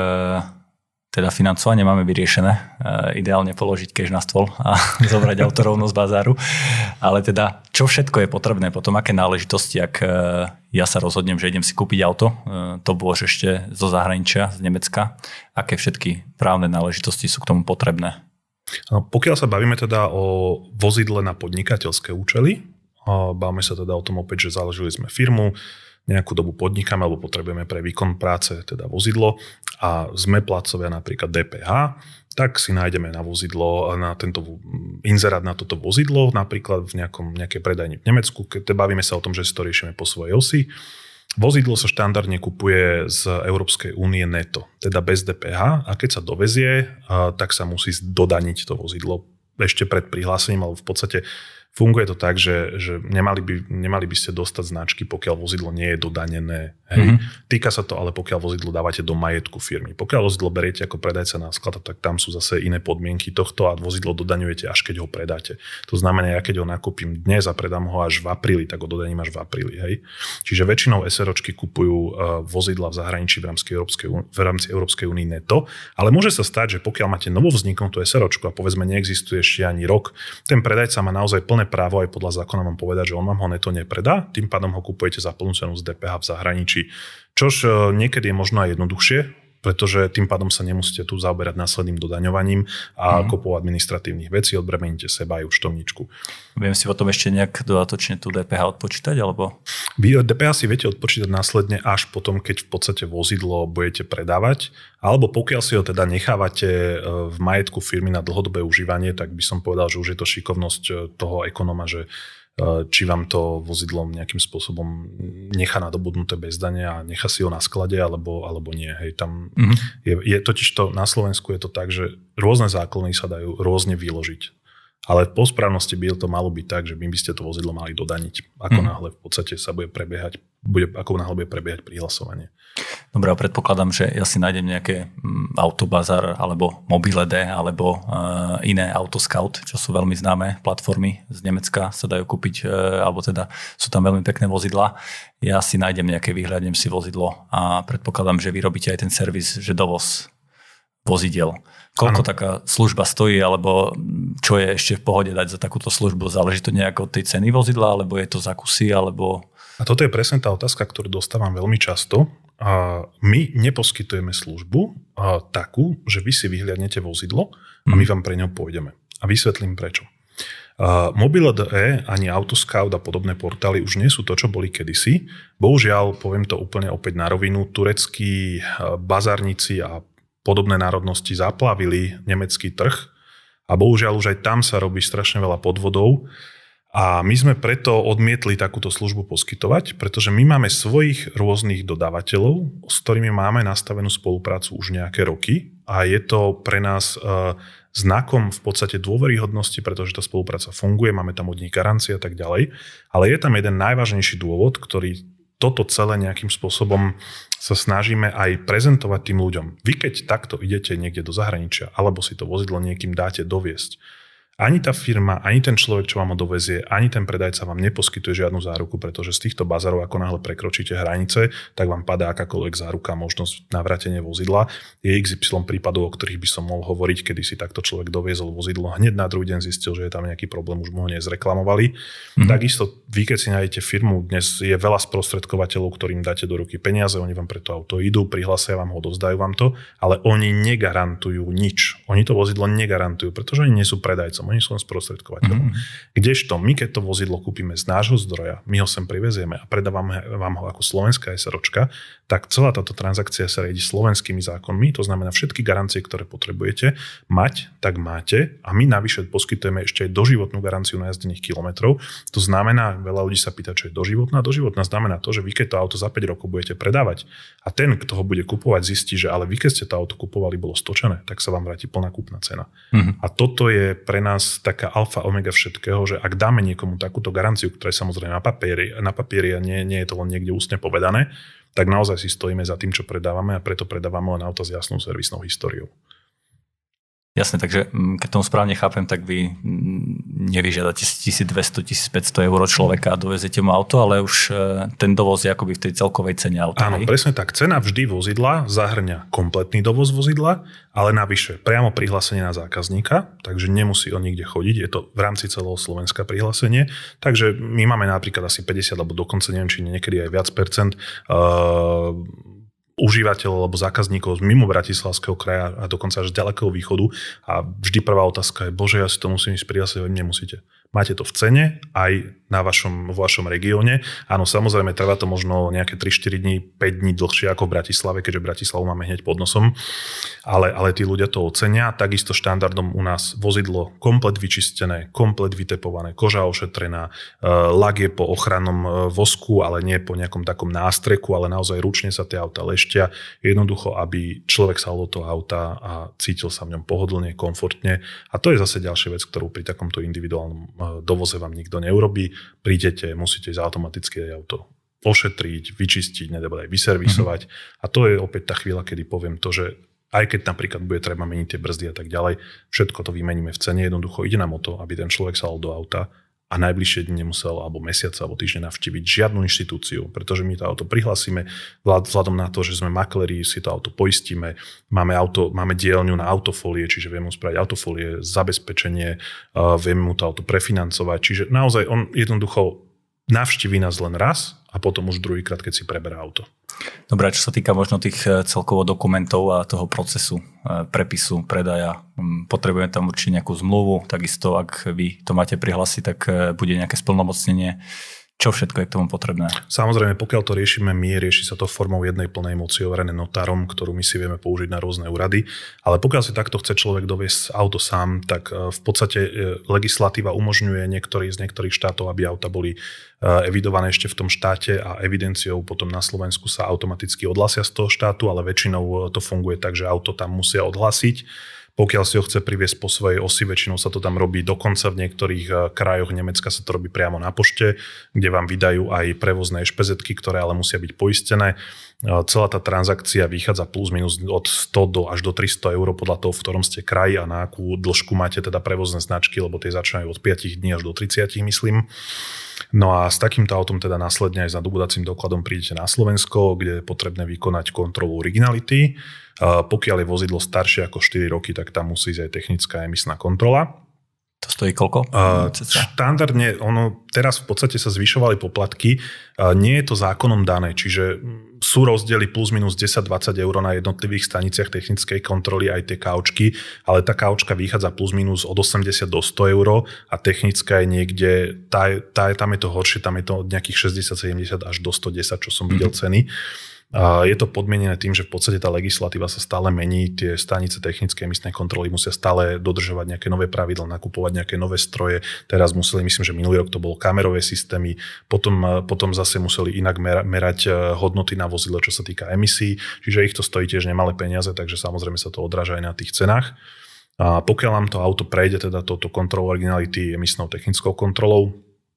teda financovanie máme vyriešené. E, ideálne položiť cash na stôl a zobrať auto rovno z bazáru. Ale teda, čo všetko je potrebné potom, aké náležitosti, ak e, ja sa rozhodnem, že idem si kúpiť auto, e, to bolo ešte zo zahraničia, z Nemecka, aké všetky právne náležitosti sú k tomu potrebné? Pokiaľ sa bavíme teda o vozidle na podnikateľské účely, bavíme sa teda o tom opäť, že založili sme firmu, nejakú dobu podnikáme alebo potrebujeme pre výkon práce teda vozidlo a sme plátcovia napríklad dé pé há, tak si nájdeme na vozidlo, na tento inzerát na toto vozidlo, napríklad v nejakom, nejakej predajni v Nemecku, keď bavíme sa o tom, že si to riešime po svojej osi. Vozidlo sa štandardne kupuje z Európskej únie neto, teda bez dé pé há a keď sa dovezie, tak sa musí dodaniť to vozidlo ešte pred prihlásením, alebo v podstate funguje to tak, že, že nemali, by, nemali by ste dostať značky, pokiaľ vozidlo nie je dodanené. Hej. Mm-hmm. Týka sa to ale pokiaľ vozidlo dávate do majetku firmy. Pokiaľ vozidlo beriete ako predajca na sklad, tak tam sú zase iné podmienky tohto a vozidlo dodaňujete až keď ho predáte. To znamená, ja keď ho nakúpim dnes a predám ho až v apríli, tak ho dodaním až v apríli. Hej. Čiže väčšinou SROčky kupujú vozidla v zahraničí v rámci Európskej, v rámci Európskej únie neto, ale môže sa stať, že pokiaľ máte novovzniknutú SROčku a povedzme neexistuje ešte ani rok, ten predajca má naozaj plné právo aj podľa zákona vám povedať, že on vám ho neto nepredá, tým pádom ho kupujete za plnú cenu z dé pé há v zahraničí. Čož niekedy je možno aj jednoduchšie, pretože tým pádom sa nemusíte tu zaoberať následným dodaňovaním a mm. kopou administratívnych vecí, odbremeníte seba aj účtovníčku. Viem si potom ešte nejak dodatočne tú dé pé há odpočítať, alebo? Vy dé pé há si viete odpočítať následne až potom, keď v podstate vozidlo budete predávať, alebo pokiaľ si ho teda nechávate v majetku firmy na dlhodobé užívanie, tak by som povedal, že už je to šikovnosť toho ekonóma, že či vám to vozidlo nejakým spôsobom nechá nadobudnuté bez dane a nechá si ho na sklade, alebo, alebo nie. Hej, tam mm-hmm. je, je totiž to, na Slovensku je to tak, že rôzne zákony sa dajú rôzne vyložiť. Ale po správnosti by to malo byť tak, že by, by ste to vozidlo mali dodaniť. Ako mm. náhle v podstate sa bude prebiehať, bude, ako náhle bude prebiehať prihlasovanie. Dobre, a predpokladám, že ja si nájdem nejaké Autobazar alebo Mobile.d alebo uh, iné Autoscout, čo sú veľmi známe platformy z Nemecka, sa dajú kúpiť, uh, alebo teda sú tam veľmi pekné vozidlá. Ja si nájdem nejaké, vyhľadnem si vozidlo a predpokladám, že vy robíte aj ten servis, že dovoz vozidel. Koľko ano. Taká služba stojí, alebo čo je ešte v pohode dať za takúto službu? Záleží to nejak od tej ceny vozidla, alebo je to za kusy, alebo... A toto je presne tá otázka, ktorú dostávam veľmi často. A my neposkytujeme službu a takú, že vy si vyhliadnete vozidlo a my vám pre ňo pôjdeme. A vysvetlím prečo. Mobile.de ani Autoscout a podobné portály už nie sú to, čo boli kedysi. Bohužiaľ, poviem to úplne opäť na rovinu, tureckí bazárnici a podobné národnosti zaplavili nemecký trh a bohužiaľ už aj tam sa robí strašne veľa podvodov a my sme preto odmietli takúto službu poskytovať, pretože my máme svojich rôznych dodávateľov, s ktorými máme nastavenú spoluprácu už nejaké roky a je to pre nás e, znakom v podstate dôveryhodnosti, pretože tá spolupráca funguje, máme tam od nich garancie a tak ďalej, ale je tam jeden najvážnejší dôvod, ktorý toto celé nejakým spôsobom sa snažíme aj prezentovať tým ľuďom. Vy keď takto idete niekde do zahraničia, alebo si to vozidlo niekým dáte doviesť, ani tá firma, ani ten človek, čo vám ho dovezie, ani ten predajca vám neposkytuje žiadnu záruku, pretože z týchto bazarov, ako náhle prekročíte hranice, tak vám padá akákoľvek záruka, možnosť navrátenia vozidla. Je iks ypsilon prípadov, o ktorých by som mohol hovoriť, kedy si takto človek doviezol vozidlo, hneď na druhý deň zistil, že je tam nejaký problém, už mu ho nezreklamovali. Mm-hmm. Takisto vy, keď si nájdete firmu, dnes je veľa sprostredkovateľov, ktorým dáte do ruky peniaze, oni vám pre to auto idú, prihlásia vám ho, dovzdajú vám to, ale oni negarantujú nič. Oni to vozidlo negarantujú, pretože oni nie sú predajcom. Oni sú len sprostredkovateľom. Mm-hmm. Kdežto my, keď to vozidlo kúpime z nášho zdroja, my ho sem privezieme a predávame vám ho ako slovenská SROčka, tak celá táto transakcia sa riadi slovenskými zákonmi, to znamená všetky garancie, ktoré potrebujete mať, tak máte a my navyše poskytujeme ešte aj doživotnú garanciu najazdených kilometrov. To znamená, veľa ľudí sa pýta, čo je doživotná. Doživotná znamená to, že vy keď to auto za päť rokov budete predávať a ten, kto ho bude kupovať, zistí, že ale vy keď ste to auto kupovali, bolo stočené, tak sa vám vráti plná kúpna cena. Mm-hmm. A toto je pre nás taká alfa omega všetkého, že ak dáme niekomu takúto garanciu, ktorá je samozrejme na papieri, na papieri a nie, nie je to len niekde ústne povedané, tak naozaj si stojíme za tým, čo predávame a preto predávame len auto s jasnou servisnou históriou. Jasne, takže keď tomu správne chápem, tak vy nevyžiadate tisícdvesto až tisícpäťsto eur človeka a dovezete mu auto, ale už ten dovoz je akoby v tej celkovej cene auta. Áno, presne tak. Cena vždy vozidla zahrňa kompletný dovoz vozidla, ale navyše priamo prihlásenie na zákazníka, takže nemusí on nikde chodiť, je to v rámci celého Slovenska prihlásenie. Takže my máme napríklad asi päťdesiat, alebo dokonca neviem, či niekedy aj viac percent uh, užívateľov alebo zákazníkov z mimo Bratislavského kraja a dokonca až z ďalekého východu a vždy prvá otázka je, bože, ja si to musím ísť prihlásiť, vy nemusíte. Máte to v cene aj na vašom, v vašom regióne. Áno, samozrejme, trvá to možno nejaké tri štyri dní, päť dní dlhšie ako v Bratislave, keďže Bratislavu máme hneď pod nosom, ale, ale tí ľudia to ocenia. Takisto štandardom u nás vozidlo komplet vyčistené, komplet vytepované, koža ošetrená, lak je po ochrannom vosku, ale nie po nejakom takom nástreku, ale naozaj ručne sa tie auta leštia. Jednoducho, aby človek sa do toho auta a cítil sa v ňom pohodlne, komfortne. A to je zase ďalšia vec, ktorú pri takomto individuálnom dovoze vám nikto neurobí. Prídete, musíte ísť automaticky auto ošetriť, vyčistiť, nedá aj vyservisovať. Mm-hmm. A to je opäť tá chvíľa, kedy poviem to, že aj keď napríklad bude treba meniť tie brzdy a tak ďalej, všetko to vymeníme v cene. Jednoducho ide nám o to, aby ten človek sa dal do auta a najbližšie dni nemusel, alebo mesiac, alebo týždeň navštíviť žiadnu inštitúciu, pretože my to auto prihlásime vzhľadom na to, že sme makléri, si to auto poistíme, máme, auto, máme dielňu na autofolie, čiže vieme mu spraviť autofolie, zabezpečenie, vieme mu to auto prefinancovať, čiže naozaj on jednoducho navštíví nás len raz a potom už druhýkrát, keď si preberá auto. Dobre, čo sa týka možno tých celkovo dokumentov a toho procesu prepisu, predaja, potrebujeme tam určite nejakú zmluvu, takisto ak vy to máte prihlásiť, tak bude nejaké splnomocnenie. Čo všetko je k tomu potrebné? Samozrejme, pokiaľ to riešime my, rieši sa to formou jednej plnej moci overené notárom, ktorú my si vieme použiť na rôzne úrady. Ale pokiaľ si takto chce človek doviesť auto sám, tak v podstate legislatíva umožňuje niektorý, z niektorých štátov, aby auta boli evidované ešte v tom štáte a evidenciou potom na Slovensku sa automaticky odhlasia z toho štátu, ale väčšinou to funguje tak, že auto tam musia odhlasiť. Pokiaľ si ho chce priviesť po svojej osi, väčšinou sa to tam robí dokonca v niektorých krajoch Nemecka sa to robí priamo na pošte, kde vám vydajú aj prevozné ešpezetky, ktoré ale musia byť poistené. Celá tá transakcia vychádza plus minus od sto do až do tristo eur podľa toho, v ktorom ste kraji a na akú dĺžku máte teda prevozné značky, lebo tie začínajú od päť dní až do tridsať, myslím. No a s takýmto autom teda následne aj s nadobúdacím dokladom prídete na Slovensko, kde je potrebné vykonať kontrolu originality. Pokiaľ je vozidlo staršie ako štyri roky, tak tam musí ísť aj technická emisná kontrola. To stojí koľko? Uh, štandardne, ono, teraz v podstate sa zvyšovali poplatky. Uh, nie je to zákonom dané, čiže sú rozdiely plus minus desať až dvadsať eur na jednotlivých staniciach technickej kontroly aj tie kaučky, ale tá kaučka vychádza plus minus od osemdesiat do sto eur a technická je niekde, tá, tá, tam je to horšie, tam je to od nejakých šesťdesiat sedemdesiat až do sto desať, čo som videl mm-hmm. ceny. Je to podmienené tým, že v podstate tá legislatíva sa stále mení, tie stanice technické emisné kontroly musia stále dodržovať nejaké nové pravidlá, nakupovať nejaké nové stroje. Teraz museli, myslím, že minulý rok to bolo kamerové systémy, potom, potom zase museli inak merať hodnoty na vozidlo, čo sa týka emisí, čiže ich to stojí tiež nemalé peniaze, takže samozrejme sa to odráža aj na tých cenách. A pokiaľ nám to auto prejde teda touto kontrolou originality emisnou technickou kontrolou,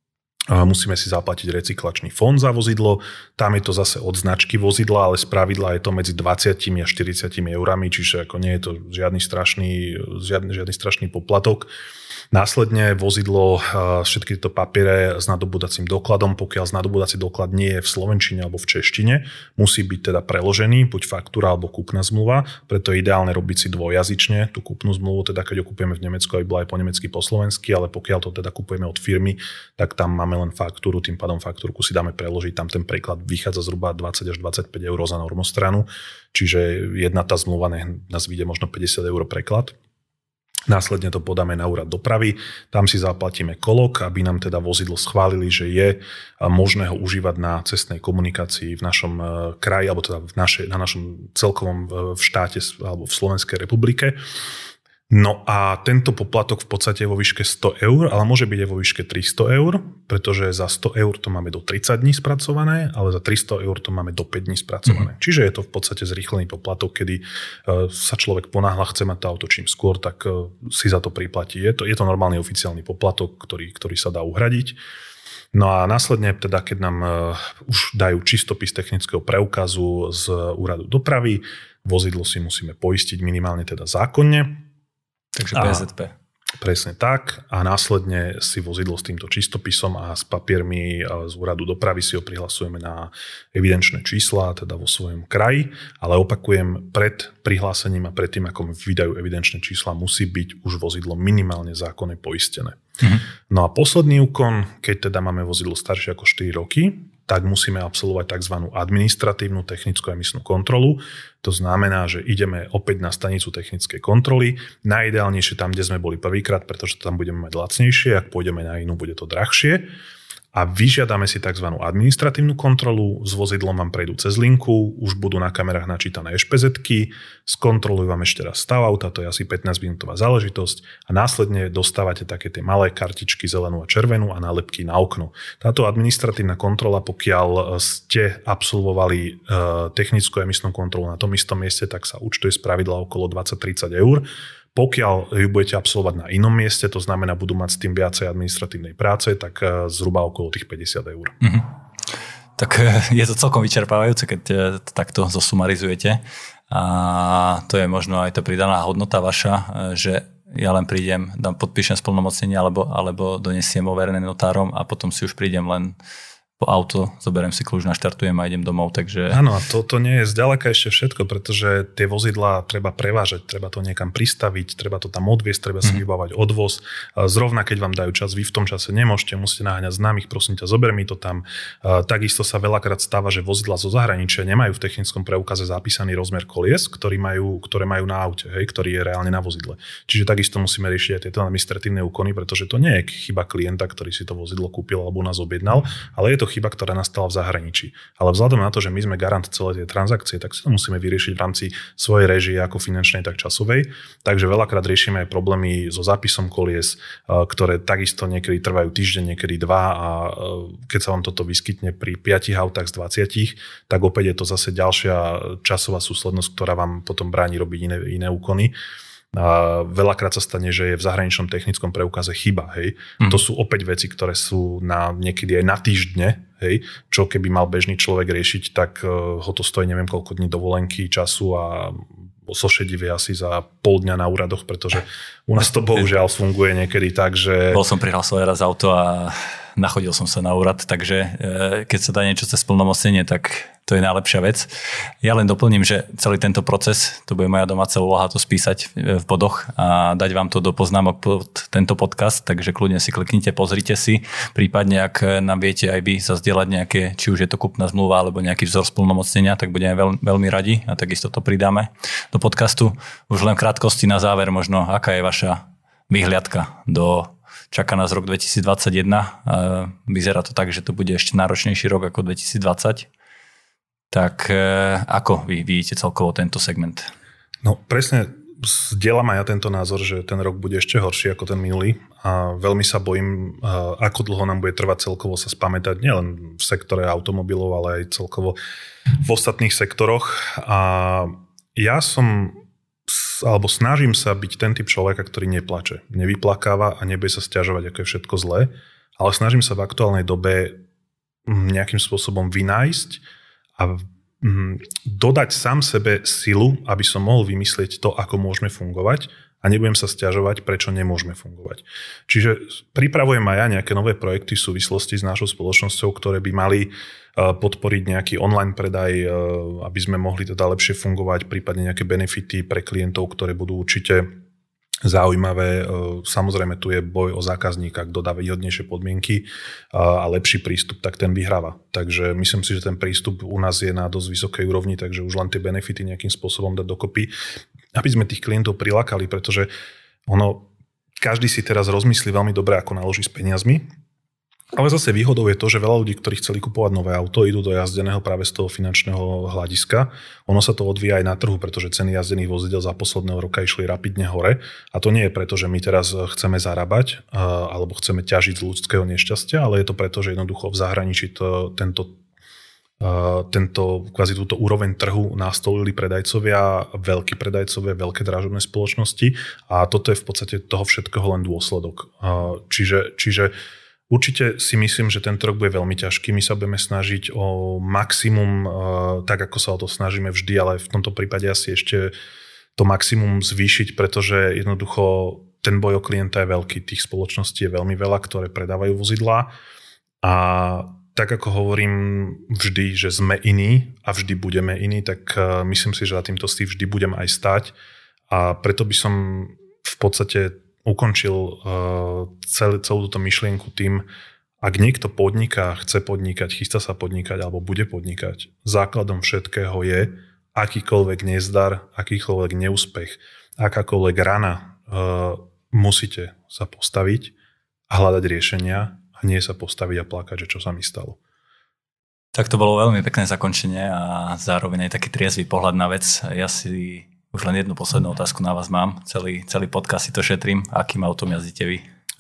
musíme si zaplatiť recyklačný fond za vozidlo. Tam je to zase od značky vozidla, ale spravidla je to medzi dvadsať až štyridsať eurami, čiže ako nie je to žiadny strašný, žiadny, žiadny strašný poplatok. Následne vozidlo, všetky tieto papiere s nadobúdacím dokladom, pokiaľ nadobúdací doklad nie je v slovenčine alebo v češtine, musí byť teda preložený, buď faktúra alebo kúpna zmluva, preto je ideálne robiť si dvojjazyčne tú kúpnu zmluvu, teda keď ho kúpime v Nemecku, aby bola aj po nemecky, po slovensky, ale pokiaľ to teda kúpujeme od firmy, tak tam máme len faktúru, tým pádom faktúrku si dáme preložiť, tam ten preklad vychádza zhruba dvadsať až dvadsaťpäť eur za normostranu, čiže jedna tá zmluva nás vyjde možno päťdesiat eur preklad. Následne to podáme na úrad dopravy, tam si zaplatíme kolok, aby nám teda vozidlo schválili, že je možné ho užívať na cestnej komunikácii v našom kraji, alebo teda v našej, na našom celkovom v štáte alebo v Slovenskej republike. No a tento poplatok v podstate je vo výške sto eur, ale môže byť aj vo výške tristo eur, pretože za sto eur to máme do tridsať dní spracované, ale za tristo eur to máme do päť dní spracované. Mm. Čiže je to v podstate zrýchlený poplatok, kedy uh, sa človek ponáhľa, chce mať to auto čím skôr, tak uh, si za to priplatí. Je to, je to normálny oficiálny poplatok, ktorý, ktorý sa dá uhradiť. No a následne, teda, keď nám uh, už dajú čistopis technického preukazu z úradu dopravy, vozidlo si musíme poistiť minimálne teda zákonne. Takže bé zet pé. Presne tak a následne si vozidlo s týmto čistopisom a s papiermi z úradu dopravy si ho prihlasujeme na evidenčné čísla, teda vo svojom kraji, ale opakujem, pred prihlásením a pred tým, ako vydajú evidenčné čísla, musí byť už vozidlo minimálne zákonne poistené. Mhm. No a posledný úkon, keď teda máme vozidlo staršie ako štyri roky, tak musíme absolvovať tzv. Administratívnu technickú emisnú kontrolu. To znamená, že ideme opäť na stanicu technickej kontroly. Najideálnejšie tam, kde sme boli prvýkrát, pretože tam budeme mať lacnejšie. Ak pôjdeme na inú, bude to drahšie. A vyžiadame si tzv. Administratívnu kontrolu. S vozidlom vám prejdú cez linku, už budú na kamerách načítané ešpezetky, skontrolujú vám ešte raz stav auta, to je asi pätnásťminútová záležitosť a následne dostávate také tie malé kartičky zelenú a červenú a nálepky na okno. Táto administratívna kontrola, pokiaľ ste absolvovali technickú emisnú kontrolu na tom istom mieste, tak sa účtuje z pravidla okolo dvadsať tridsať eur. Pokiaľ ju budete absolvovať na inom mieste, to znamená, budú mať s tým viacej administratívnej práce, tak zhruba okolo tých päťdesiat eur. Mm-hmm. Tak je to celkom vyčerpávajúce, keď to takto zosumarizujete. A to je možno aj tá pridaná hodnota vaša, že ja len prídem, dám, podpíšem splnomocnenie alebo, alebo donesiem overené notárom a potom si už prídem len po auto, zoberiem si kľúč, naštartujem a idem domov, takže... Áno, a toto nie je zďaleka ešte všetko, pretože tie vozidlá treba prevážať, treba to niekam pristaviť, treba to tam odviesť, treba si mm. vybávať odvoz. Zrovna keď vám dajú čas, vy v tom čase nemôžete, musíte naháňať známych, prosím ťa, zober mi to tam. Takisto sa veľakrát stáva, že vozidlá zo zahraničia nemajú v technickom preukaze zapísaný rozmer kolies, ktorý majú, ktoré majú na aute, hej, ktorý je reálne na vozidle. Čiže takisto musíme riešiť aj tieto administratívne úkony, pretože to nie je chyba klienta, ktorý si to vozidlo kúpil alebo nás objednal, ale je to chyba, ktorá nastala v zahraničí. Ale vzhľadom na to, že my sme garant celé tie transakcie, tak si to musíme vyriešiť v rámci svojej réžie, ako finančnej, tak časovej. Takže veľakrát riešime aj problémy so zápisom kolies, ktoré takisto niekedy trvajú týždeň, niekedy dva a keď sa vám toto vyskytne pri piatich autách z dvadsiatich, tak opäť je to zase ďalšia časová súslednosť, ktorá vám potom bráni robiť iné, iné úkony. A veľakrát sa stane, že je v zahraničnom technickom preukaze chyba. Hej. Mm. To sú opäť veci, ktoré sú na, niekedy aj na týždne, hej, čo keby mal bežný človek riešiť, tak uh, ho to stojí neviem koľko dní dovolenky, času a sošedivie asi za pol dňa na úradoch, pretože u nás to bohužiaľ funguje niekedy tak, že... Bol som prihlásil raz auto a nachodil som sa na úrad, takže keď sa dá niečo cez splnomocnenie, tak to je najlepšia vec. Ja len doplním, že celý tento proces, to bude moja domáca úloha to spísať v bodoch a dať vám to do poznámok pod tento podcast, takže kľudne si kliknite, pozrite si, prípadne ak nám viete aj vy zazdieľať nejaké, či už je to kúpna zmluva alebo nejaký vzor splnomocnenia, tak budeme veľ, veľmi radi a takisto to pridáme do podcastu. Už len v krátkosti na záver možno, aká je vaša vyhliadka do... Čaká nás rok dvetisícdvadsaťjeden. Vyzerá to tak, že to bude ešte náročnejší rok ako dvetisícdvadsať. Tak ako vy vidíte celkovo tento segment? No presne, zdieľam aj ja tento názor, že ten rok bude ešte horší ako ten minulý a veľmi sa bojím, ako dlho nám bude trvať celkovo sa spamätať, nielen v sektore automobilov, ale aj celkovo v ostatných sektoroch. A ja som... alebo snažím sa byť ten typ človeka, ktorý neplače, nevyplakáva a nebude sa sťažovať, ako je všetko zlé, ale snažím sa v aktuálnej dobe nejakým spôsobom vynájsť a dodať sám sebe silu, aby som mohol vymyslieť to, ako môžeme fungovať a nebudem sa sťažovať, prečo nemôžeme fungovať. Čiže pripravujem aj ja nejaké nové projekty v súvislosti s našou spoločnosťou, ktoré by mali podporiť nejaký online predaj, aby sme mohli teda lepšie fungovať, prípadne nejaké benefity pre klientov, ktoré budú určite zaujímavé. Samozrejme, tu je boj o zákazníka, kto dá výhodnejšie podmienky a lepší prístup, tak ten vyhráva. Takže myslím si, že ten prístup u nás je na dosť vysokej úrovni, takže už len tie benefity nejakým spôsobom dať dokopy, aby sme tých klientov prilákali, pretože ono, každý si teraz rozmyslí veľmi dobre, ako naloží s peniazmi. Ale zase výhodou je to, že veľa ľudí, ktorí chceli kupovať nové auto, idú do jazdeného práve z toho finančného hľadiska. Ono sa to odvíja aj na trhu, pretože ceny jazdených vozidel za posledného roka išli rapidne hore. A to nie je preto, že my teraz chceme zarábať alebo chceme ťažiť z ľudského nešťastia, ale je to preto, že jednoducho v zahraničí to, tento, tento kvázi túto úroveň trhu nastolili predajcovia, veľkí predajcovia, veľké dražobné spoločnosti a toto je v podstate toho všetkého len dôsledok. Čiže, čiže určite si myslím, že tento rok bude veľmi ťažký. My sa budeme snažiť o maximum, tak ako sa o to snažíme vždy, ale v tomto prípade asi ešte to maximum zvýšiť, pretože jednoducho ten boj o klienta je veľký. Tých spoločností je veľmi veľa, ktoré predávajú vozidlá a tak ako hovorím vždy, že sme iní a vždy budeme iní, tak myslím si, že za týmto si vždy budem aj stať a preto by som v podstate ukončil celú, celú túto myšlienku tým, ak niekto podniká, chce podnikať, chystá sa podnikať alebo bude podnikať, základom všetkého je akýkoľvek nezdar, akýkoľvek neúspech, akákoľvek rana, musíte sa postaviť a hľadať riešenia a nie sa postaviť a plakať, že čo sa mi stalo. Tak to bolo veľmi pekné zakončenie a zároveň aj taký triezvy pohľad na vec. Ja si už len jednu poslednú otázku na vás mám. Celý, celý podcast si to šetrím. Akým autom jazdíte vy?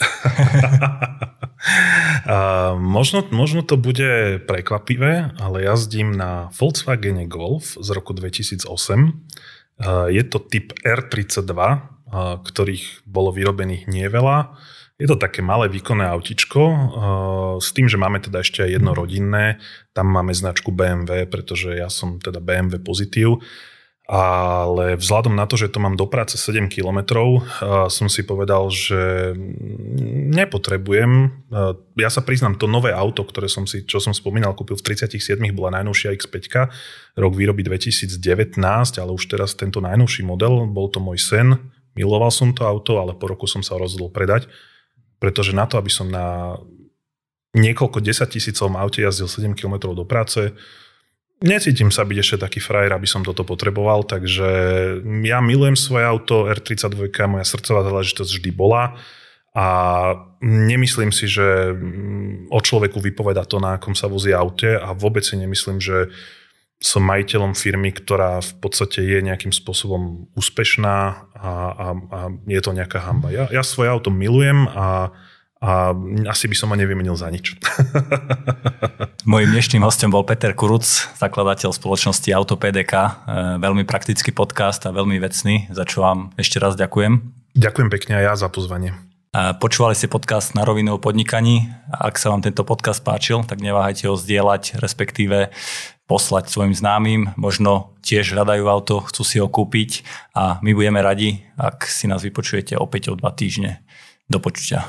uh, možno, možno to bude prekvapivé, ale jazdím na Volkswagene Golf z roku dvetisícosem. Uh, je to typ er tridsaťdva, uh, ktorých bolo vyrobených nie veľa. Je to také malé výkonné autičko, s tým, že máme teda ešte aj jedno rodinné. Tam máme značku bé em vé, pretože ja som teda bé em vé pozitív. Ale vzhľadom na to, že to mám do práce sedem kilometrov, som si povedal, že nepotrebujem. Ja sa priznám, to nové auto, ktoré som si, čo som spomínal, kúpil v tridsiatich siedmich, bola najnovšia iks päť, rok výroby dvetisícdevätnásť, ale už teraz tento najnovší model, bol to môj sen. Miloval som to auto, ale po roku som sa rozhodol predať. Pretože na to, aby som na niekoľko desaťtisícovom aute jazdil sedem kilometrov do práce, necítim sa byť ešte taký frajer, aby som toto potreboval, takže ja milujem svoje auto, er tridsaťdva, moja srdcová záležitosť vždy bola a nemyslím si, že o človeku vypoveda to, na akom sa vozí aute a vôbec si nemyslím, že som majiteľom firmy, ktorá v podstate je nejakým spôsobom úspešná a, a, a je to nejaká hanba. Ja, ja svoje auto milujem a, a asi by som ho nevymenil za nič. Mojím dnešným hostom bol Peter Kuruc, zakladateľ spoločnosti Auto pé dé ká. Veľmi praktický podcast a veľmi vecný, za čo vám ešte raz ďakujem. Ďakujem pekne aj ja za pozvanie. Počúvali ste podcast Na rovinu o podnikaní. Ak sa vám tento podcast páčil, tak neváhajte ho zdieľať, respektíve poslať svojim známym. Možno tiež hľadajú auto, chcú si ho kúpiť a my budeme radi, ak si nás vypočujete opäť o dva týždne. Do počutia.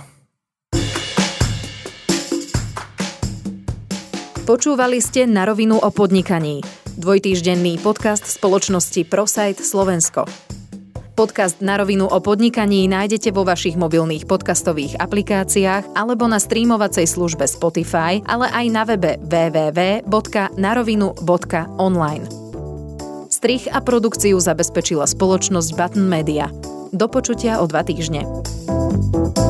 Počúvali ste Na rovinu o podnikaní. Dvojtýždenný podcast spoločnosti ProSite Slovensko. Podcast Na rovinu o podnikaní nájdete vo vašich mobilných podcastových aplikáciách alebo na streamovacej službe Spotify, ale aj na webe w w w bodka narovinu bodka online. Strih a produkciu zabezpečila spoločnosť Button Media. Do počutia o dva týždne.